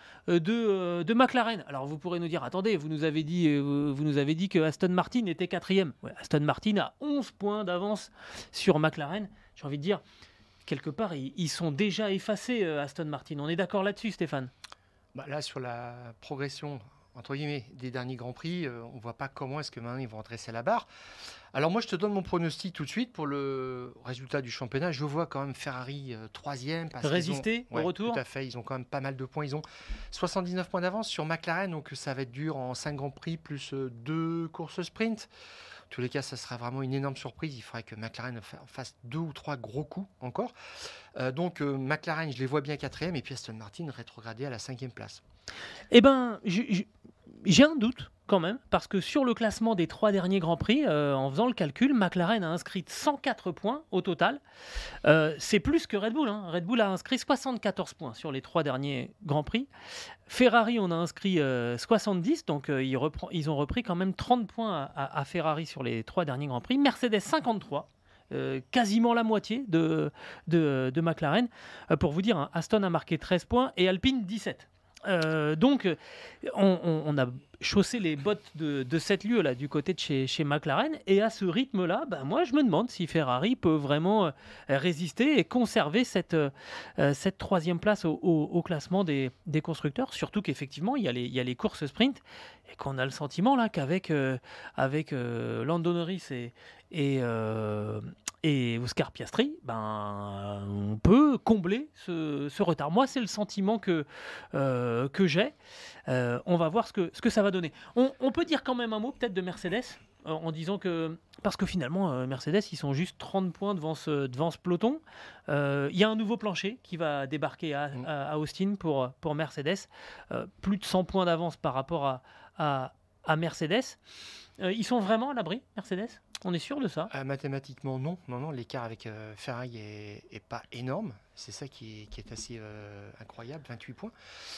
de, de McLaren ? Alors vous pourrez nous dire, attendez, vous nous avez dit, vous nous avez dit que Aston Martin était quatrième. Ouais, Aston Martin a onze points d'avance sur McLaren. J'ai envie de dire, quelque part, ils, ils sont déjà effacés, Aston Martin. On est d'accord là-dessus, Stéphane ? Bah là, sur la progression, entre guillemets, des derniers Grands Prix, euh, on ne voit pas comment est-ce que maintenant ils vont redresser la barre. Alors moi, je te donne mon pronostic tout de suite pour le résultat du championnat. Je vois quand même Ferrari euh, troisième. Parce Résister ont, ouais, au retour. Tout à fait, ils ont quand même pas mal de points. Ils ont soixante-dix-neuf points d'avance sur McLaren, donc ça va être dur en cinq Grands Prix plus euh, deux courses sprint. En tous les cas, ça sera vraiment une énorme surprise. Il faudrait que McLaren fasse deux ou trois gros coups encore. Euh, donc euh, McLaren, je les vois bien quatrième, et puis Aston Martin rétrogradé à la cinquième place. Eh ben, j'ai, j'ai un doute quand même, parce que sur le classement des trois derniers Grands Prix, euh, en faisant le calcul, McLaren a inscrit cent quatre points au total. Euh, c'est plus que Red Bull. Hein. Red Bull a inscrit soixante-quatorze points sur les trois derniers Grands Prix. Ferrari, on a inscrit euh, soixante-dix, donc euh, ils, reprend, ils ont repris quand même trente points à, à, à Ferrari sur les trois derniers Grands Prix. Mercedes, cinquante-trois. Euh, quasiment la moitié de, de, de McLaren. Euh, pour vous dire, hein, Aston a marqué treize points et Alpine dix-sept. Euh, donc, on, on, on a chaussé les bottes de, de cette lieu là du côté de chez, chez McLaren, et à ce rythme-là, ben moi je me demande si Ferrari peut vraiment euh, résister et conserver cette, euh, cette troisième place au, au, au classement des, des constructeurs. Surtout qu'effectivement, il y a les, il y a les courses sprint et qu'on a le sentiment là qu'avec euh, avec euh, Lando Norris et et euh, et Oscar Piastri, ben, on peut combler ce, ce retard. Moi, c'est le sentiment que, euh, que j'ai. Euh, on va voir ce que, ce que ça va donner. On, on peut dire quand même un mot peut-être de Mercedes, euh, en disant que... Parce que finalement, euh, Mercedes, ils sont juste trente points devant ce, devant ce peloton. Il euh, y a un nouveau plancher qui va débarquer à, à, à Austin pour, pour Mercedes. Euh, plus de cent points d'avance par rapport à, à, à Mercedes. Euh, ils sont vraiment à l'abri, Mercedes ? On est sûr de ça ? euh, Mathématiquement, non. Non, non, l'écart avec euh, Ferrari est, est pas énorme. C'est ça qui est, qui est assez euh, incroyable, vingt-huit points.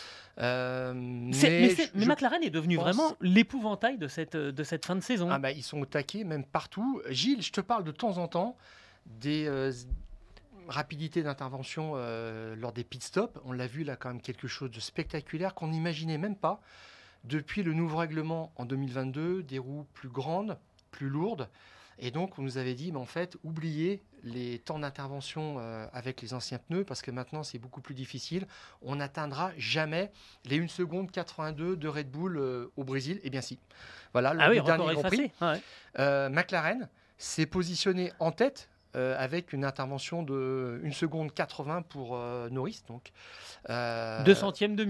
Euh, c'est, mais, mais, c'est, je, mais McLaren est devenu pense... vraiment l'épouvantail de cette, de cette fin de saison. Ah bah, ils sont au taquet, même partout. Gilles, je te parle de temps en temps des euh, rapidités d'intervention euh, lors des pit stops. On l'a vu là, quand même, quelque chose de spectaculaire qu'on n'imaginait même pas. Depuis le nouveau règlement en deux mille vingt-deux, des roues plus grandes, plus lourdes. Et donc, on nous avait dit, mais en fait, oubliez les temps d'intervention euh, avec les anciens pneus, parce que maintenant, c'est beaucoup plus difficile. On n'atteindra jamais les une seconde quatre-vingt-deux de Red Bull euh, au Brésil. Eh bien, si. Voilà, le ah oui, dernier Grand Prix. Ah ouais. euh, McLaren s'est positionné en tête euh, avec une intervention de une seconde quatre-vingts pour euh, Norris. Donc, euh, Deux centièmes de mieux.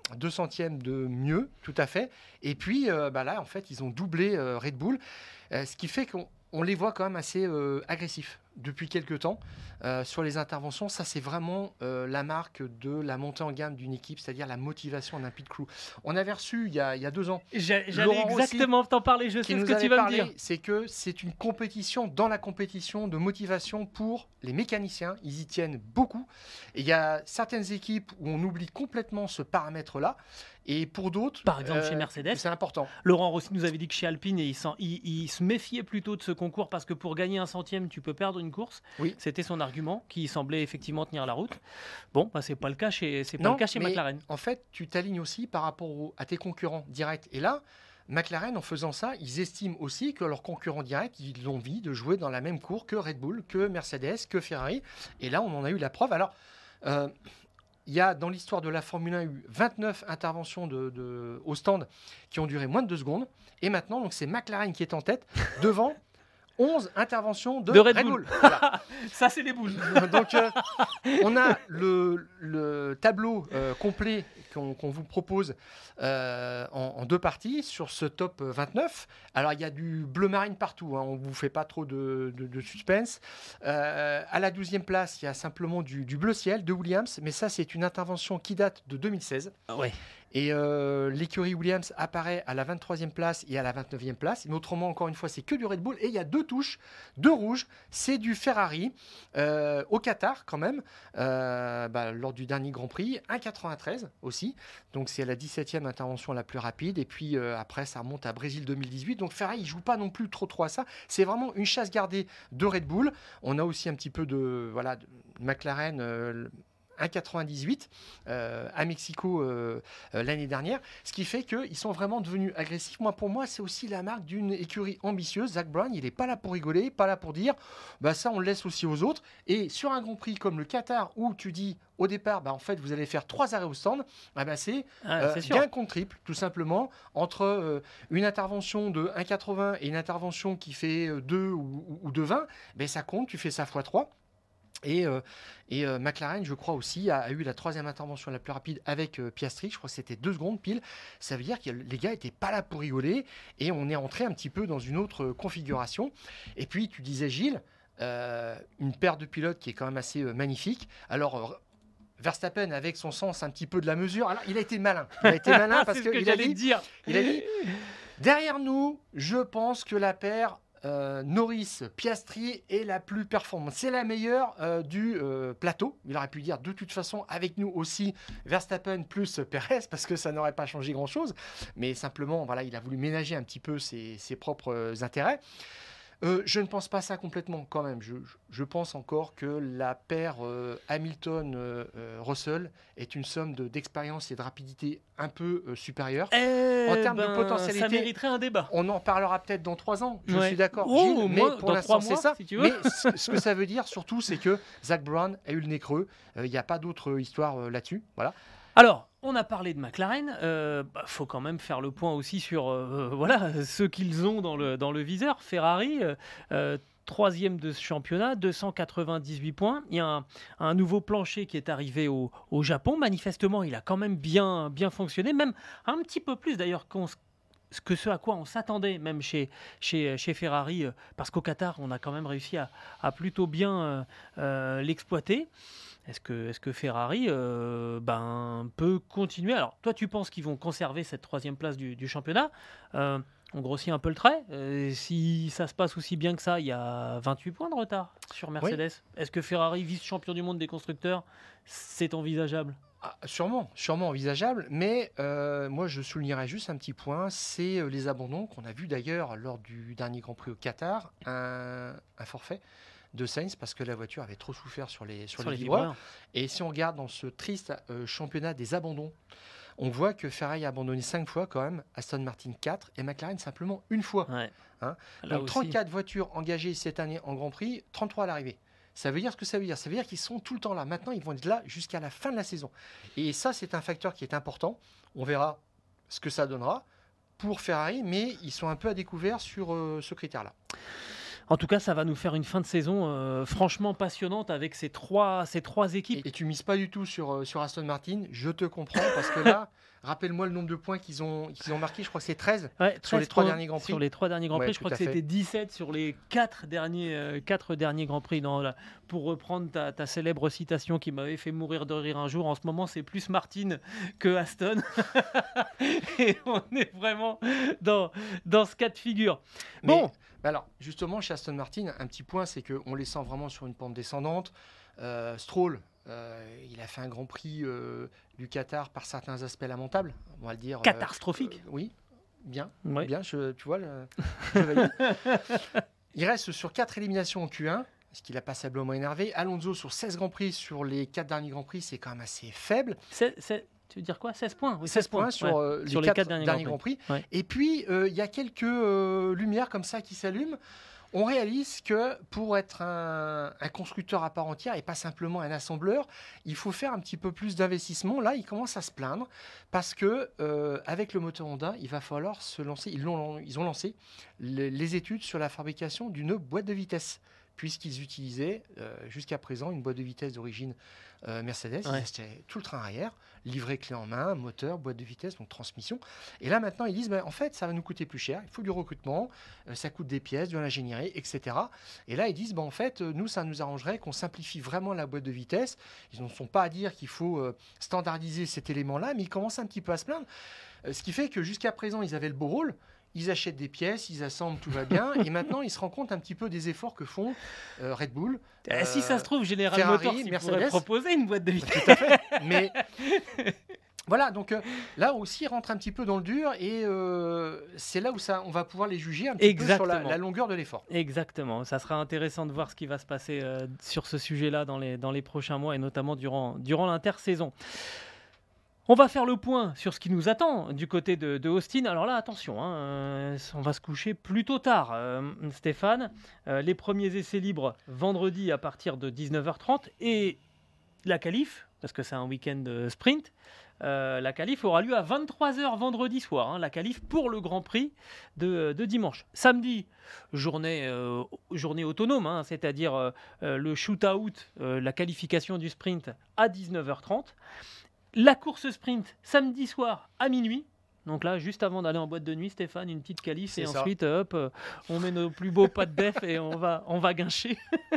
deux centièmes de mieux, tout à fait. Et puis euh, bah là, en fait, ils ont doublé euh, Red Bull, euh, ce qui fait qu'on on les voit quand même assez euh, agressifs depuis quelques temps euh, sur les interventions. Ça, c'est vraiment euh, la marque de la montée en gamme d'une équipe, c'est-à-dire la motivation d'un pit crew. On avait reçu il y a, il y a deux ans. J'a- J'allais exactement t'en parler, je sais ce que tu vas me dire. C'est que c'est une compétition dans la compétition de motivation pour les mécaniciens. Ils y tiennent beaucoup. Et il y a certaines équipes où on oublie complètement ce paramètre-là. Et pour d'autres, par exemple euh, chez Mercedes, c'est important. Laurent Rossi nous avait dit que chez Alpine, il, il, il se méfiait plutôt de ce concours parce que pour gagner un centième, tu peux perdre une course. Oui. C'était son argument qui semblait effectivement tenir la route. Bon, bah, c'est pas le cas chez, c'est pas Non, le cas chez mais McLaren. En fait, tu t'alignes aussi par rapport au- à tes concurrents directs. Et là, McLaren, en faisant ça, ils estiment aussi que leurs concurrents directs, ils ont envie de jouer dans la même cour que Red Bull, que Mercedes, que Ferrari. Et là, on en a eu la preuve. Alors, euh, il y a dans l'histoire de la Formule un eu vingt-neuf interventions de, de, au stand qui ont duré moins de deux secondes. Et maintenant, donc, c'est McLaren qui est en tête devant onze interventions de, de Red, Red Bull. Bull. Voilà. Ça, c'est les boules. Donc, euh, on a le, le tableau euh, complet qu'on, qu'on vous propose euh, en, en deux parties sur ce top vingt-neuf. Alors, il y a du bleu marine partout. Hein, on ne vous fait pas trop de, de, de suspense. Euh, à la douzième place, il y a simplement du, du bleu ciel de Williams. Mais ça, c'est une intervention qui date de deux mille seize. Ouais. Et euh, l'écurie Williams apparaît à la vingt-troisième place et à la vingt-neuvième place. Mais autrement, encore une fois, c'est que du Red Bull. Et il y a deux touches, deux rouges. C'est du Ferrari euh, au Qatar quand même, euh, bah, lors du dernier Grand Prix. un quatre-vingt-treize aussi. Donc c'est la dix-septième intervention la plus rapide. Et puis euh, après, ça remonte à Brésil deux mille dix-huit. Donc Ferrari, il ne joue pas non plus trop trop à ça. C'est vraiment une chasse gardée de Red Bull. On a aussi un petit peu de, voilà, de McLaren... Euh, un quatre-vingt-dix-huit euh, à Mexico euh, euh, l'année dernière, ce qui fait qu'ils sont vraiment devenus agressifs. Moi, pour moi, c'est aussi la marque d'une écurie ambitieuse. Zak Brown, il n'est pas là pour rigoler, pas là pour dire bah, ça, on le laisse aussi aux autres. Et sur un Grand Prix comme le Qatar, où tu dis au départ, bah, en fait, vous allez faire trois arrêts au stand, bah, bah, c'est, ah, euh, c'est gain contre triple, tout simplement, entre euh, une intervention de un quatre-vingts et une intervention qui fait deux ou, ou, ou deux vingt, bah, ça compte, tu fais ça fois trois. Et, euh, et euh, McLaren, je crois aussi, a, a eu la troisième intervention la plus rapide avec euh, Piastri. Je crois que c'était deux secondes pile. Ça veut dire que les gars n'étaient pas là pour rigoler. Et on est entré un petit peu dans une autre euh, configuration. Et puis, tu disais, Gilles, euh, une paire de pilotes qui est quand même assez euh, magnifique. Alors, euh, Verstappen, avec son sens un petit peu de la mesure, alors il a été malin. Il a été malin parce que, que qu'il a dit, dire. il a dit, derrière nous, je pense que la paire... Euh, Norris, Piastri est la plus performante. C'est la meilleure euh, du euh, plateau. Il aurait pu dire de toute façon avec nous aussi Verstappen plus Perez parce que ça n'aurait pas changé grand-chose. Mais simplement, voilà, il a voulu ménager un petit peu ses, ses propres euh, intérêts. Euh, je ne pense pas ça complètement quand même. Je, je, je pense encore que la paire euh, Hamilton-Russell euh, est une somme de, d'expérience et de rapidité un peu euh, supérieure. Eh en termes ben, de potentialité, ça mériterait un débat. On en parlera peut-être dans trois ans, je ouais. suis d'accord. Oh, Gilles, mais moi, pour dans l'instant, trois mois, c'est ça. Si tu veux. Mais ce, ce que ça veut dire surtout, c'est que Zak Brown a eu le nez creux. Il euh, n'y a pas d'autre histoire euh, là-dessus. Voilà. Alors, on a parlé de McLaren. Il euh, bah, faut quand même faire le point aussi sur euh, voilà, ceux qu'ils ont dans le, dans le viseur. Ferrari, euh, troisième de ce championnat, deux cent quatre-vingt-dix-huit points. Il y a un, un nouveau plancher qui est arrivé au, au Japon. Manifestement, il a quand même bien, bien fonctionné, même un petit peu plus d'ailleurs qu'on que ce à quoi on s'attendait même chez, chez, chez Ferrari, parce qu'au Qatar, on a quand même réussi à, à plutôt bien euh, euh, l'exploiter. Est-ce que, est-ce que Ferrari euh, ben, peut continuer? Alors, toi, tu penses qu'ils vont conserver cette troisième place du, du championnat? euh, On grossit un peu le trait. Euh, si ça se passe aussi bien que ça, il y a vingt-huit points de retard sur Mercedes. Oui. Est-ce que Ferrari, vice-champion du monde des constructeurs, c'est envisageable? Ah, sûrement, sûrement envisageable, mais euh, moi je soulignerais juste un petit point, c'est les abandons qu'on a vu d'ailleurs lors du dernier Grand Prix au Qatar, un, un forfait de Sainz parce que la voiture avait trop souffert sur les, sur sur les, les vibreurs. vibreurs. Et si on regarde dans ce triste euh, championnat des abandons, on voit que Ferrari a abandonné cinq fois quand même, Aston Martin quatre et McLaren simplement une fois. Ouais. Hein. Donc aussi. trente-quatre voitures engagées cette année en Grand Prix, trente-trois à l'arrivée. Ça veut dire ce que ça veut dire. Ça veut dire qu'ils sont tout le temps là. Maintenant, ils vont être là jusqu'à la fin de la saison. Et ça, c'est un facteur qui est important. On verra ce que ça donnera pour Ferrari, mais ils sont un peu à découvert sur euh, ce critère-là. En tout cas, ça va nous faire une fin de saison euh, franchement passionnante avec ces trois, ces trois équipes. Et, et tu mises pas du tout sur, euh, sur Aston Martin, je te comprends, parce que là, rappelle-moi le nombre de points qu'ils ont, qu'ils ont marqué, je crois que c'est treize, ouais, treize sur les trois points derniers Grands Prix. Sur les trois derniers Grands Prix, Ouais, je crois tout que à fait. c'était dix-sept sur les quatre derniers, euh, quatre derniers Grands Prix. Dans la, pour reprendre ta, ta célèbre citation qui m'avait fait mourir de rire un jour, en ce moment c'est plus Martin que Aston. Et on est vraiment dans, dans ce cas de figure. Bon. Mais, bah alors, justement, chez Aston Martin, un petit point, c'est qu'on les sent vraiment sur une pente descendante. Euh, Stroll, euh, il a fait un Grand Prix euh, du Qatar par certains aspects lamentables, on va le dire. Catastrophique. Euh, euh, oui, bien, Ouais. bien, je, tu vois, le, je valide. Il reste sur quatre éliminations en Q un, ce qui l'a passablement énervé. Alonso sur seize Grands Prix, sur les quatre derniers Grands Prix, c'est quand même assez faible. C'est, c'est, tu veux dire quoi? seize points, oui, seize points sur, ouais. euh, les, sur les quatre quatre derniers, derniers Grands Grands Prix. Ouais. Et puis, il euh, y a quelques euh, lumières comme ça qui s'allument. On réalise que pour être un, un constructeur à part entière et pas simplement un assembleur, il faut faire un petit peu plus d'investissement. Là, ils commencent à se plaindre parce que euh, avec le moteur Honda, il va falloir se lancer. Ils, l'ont, ils ont lancé les, les études sur la fabrication d'une boîte de vitesse, puisqu'ils utilisaient euh, jusqu'à présent une boîte de vitesse d'origine euh, Mercedes. Ils Ouais. achetaient tout le train arrière, livré clé en main, moteur, boîte de vitesse, donc transmission. Et là, maintenant, ils disent, ben, en fait, ça va nous coûter plus cher. Il faut du recrutement, euh, ça coûte des pièces, de l'ingénierie, et cetera. Et là, ils disent, ben, en fait, euh, nous, ça nous arrangerait qu'on simplifie vraiment la boîte de vitesse. Ils ne sont pas à dire qu'il faut euh, standardiser cet élément-là, mais ils commencent un petit peu à se plaindre. Euh, ce qui fait que jusqu'à présent, ils avaient le beau rôle. Ils achètent des pièces, ils assemblent, tout va bien. Et maintenant, ils se rendent compte un petit peu des efforts que font euh, Red Bull. Euh, si ça se trouve, General Ferrari, Motors, il Mercedes. pourrait proposer une boîte de vitesse. Tout à fait. Mais voilà, donc euh, là aussi, ils rentrent un petit peu dans le dur et euh, c'est là où ça, on va pouvoir les juger un petit Exactement. peu sur la, la longueur de l'effort. Exactement, ça sera intéressant de voir ce qui va se passer euh, sur ce sujet-là dans les, dans les prochains mois et notamment durant, durant l'intersaison. On va faire le point sur ce qui nous attend du côté de, de Austin. Alors là, attention, hein, euh, on va se coucher plutôt tard, euh, Stéphane. Euh, les premiers essais libres vendredi à partir de dix-neuf heures trente et la qualif, parce que c'est un week-end euh, sprint, euh, la qualif aura lieu à vingt-trois heures vendredi soir, hein, la qualif pour le Grand Prix de, de dimanche. Samedi, journée, euh, journée autonome, hein, c'est-à-dire euh, euh, le shoot-out, euh, la qualification du sprint à dix-neuf heures trente. La course sprint samedi soir à minuit. Donc là, juste avant d'aller en boîte de nuit, Stéphane, une petite qualif C'est et ça. ensuite, hop, euh, on met nos plus beaux pas de def et on va, on va guincher.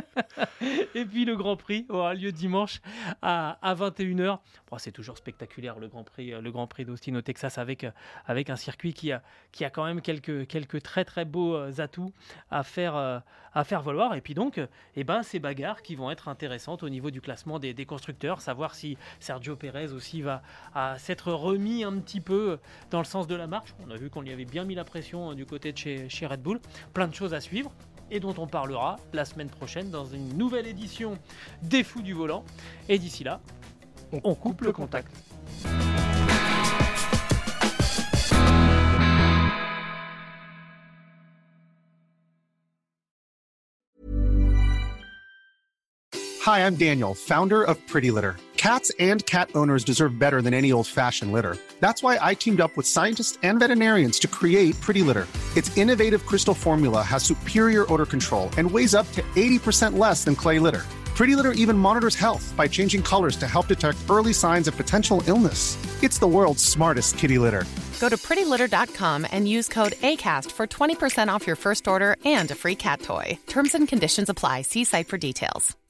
Et puis le Grand Prix aura lieu dimanche à, à vingt et une heures. Bon, c'est toujours spectaculaire le Grand Prix, le Grand Prix d'Austin au Texas avec, avec un circuit qui a, qui a quand même quelques, quelques très très beaux atouts à faire, à faire valoir. Et puis donc, eh ben, ces bagarres qui vont être intéressantes au niveau du classement des, des constructeurs, savoir si Sergio Pérez aussi va à s'être remis un petit peu dans le sens de la marche. On a vu qu'on lui avait bien mis la pression du côté de chez, chez Red Bull. Plein de choses à suivre et dont on parlera la semaine prochaine dans une nouvelle édition des Fous du Volant. Et d'ici là, on, on coupe le contact. Hi, I'm Daniel, founder of Pretty Litter. Cats and cat owners deserve better than any old-fashioned litter. That's why I teamed up with scientists and veterinarians to create Pretty Litter. Its innovative crystal formula has superior odor control and weighs up to eighty percent less than clay litter. Pretty Litter even monitors health by changing colors to help detect early signs of potential illness. It's the world's smartest kitty litter. Go to pretty litter dot com and use code ACAST for twenty percent off your first order and a free cat toy. Terms and conditions apply. See site for details.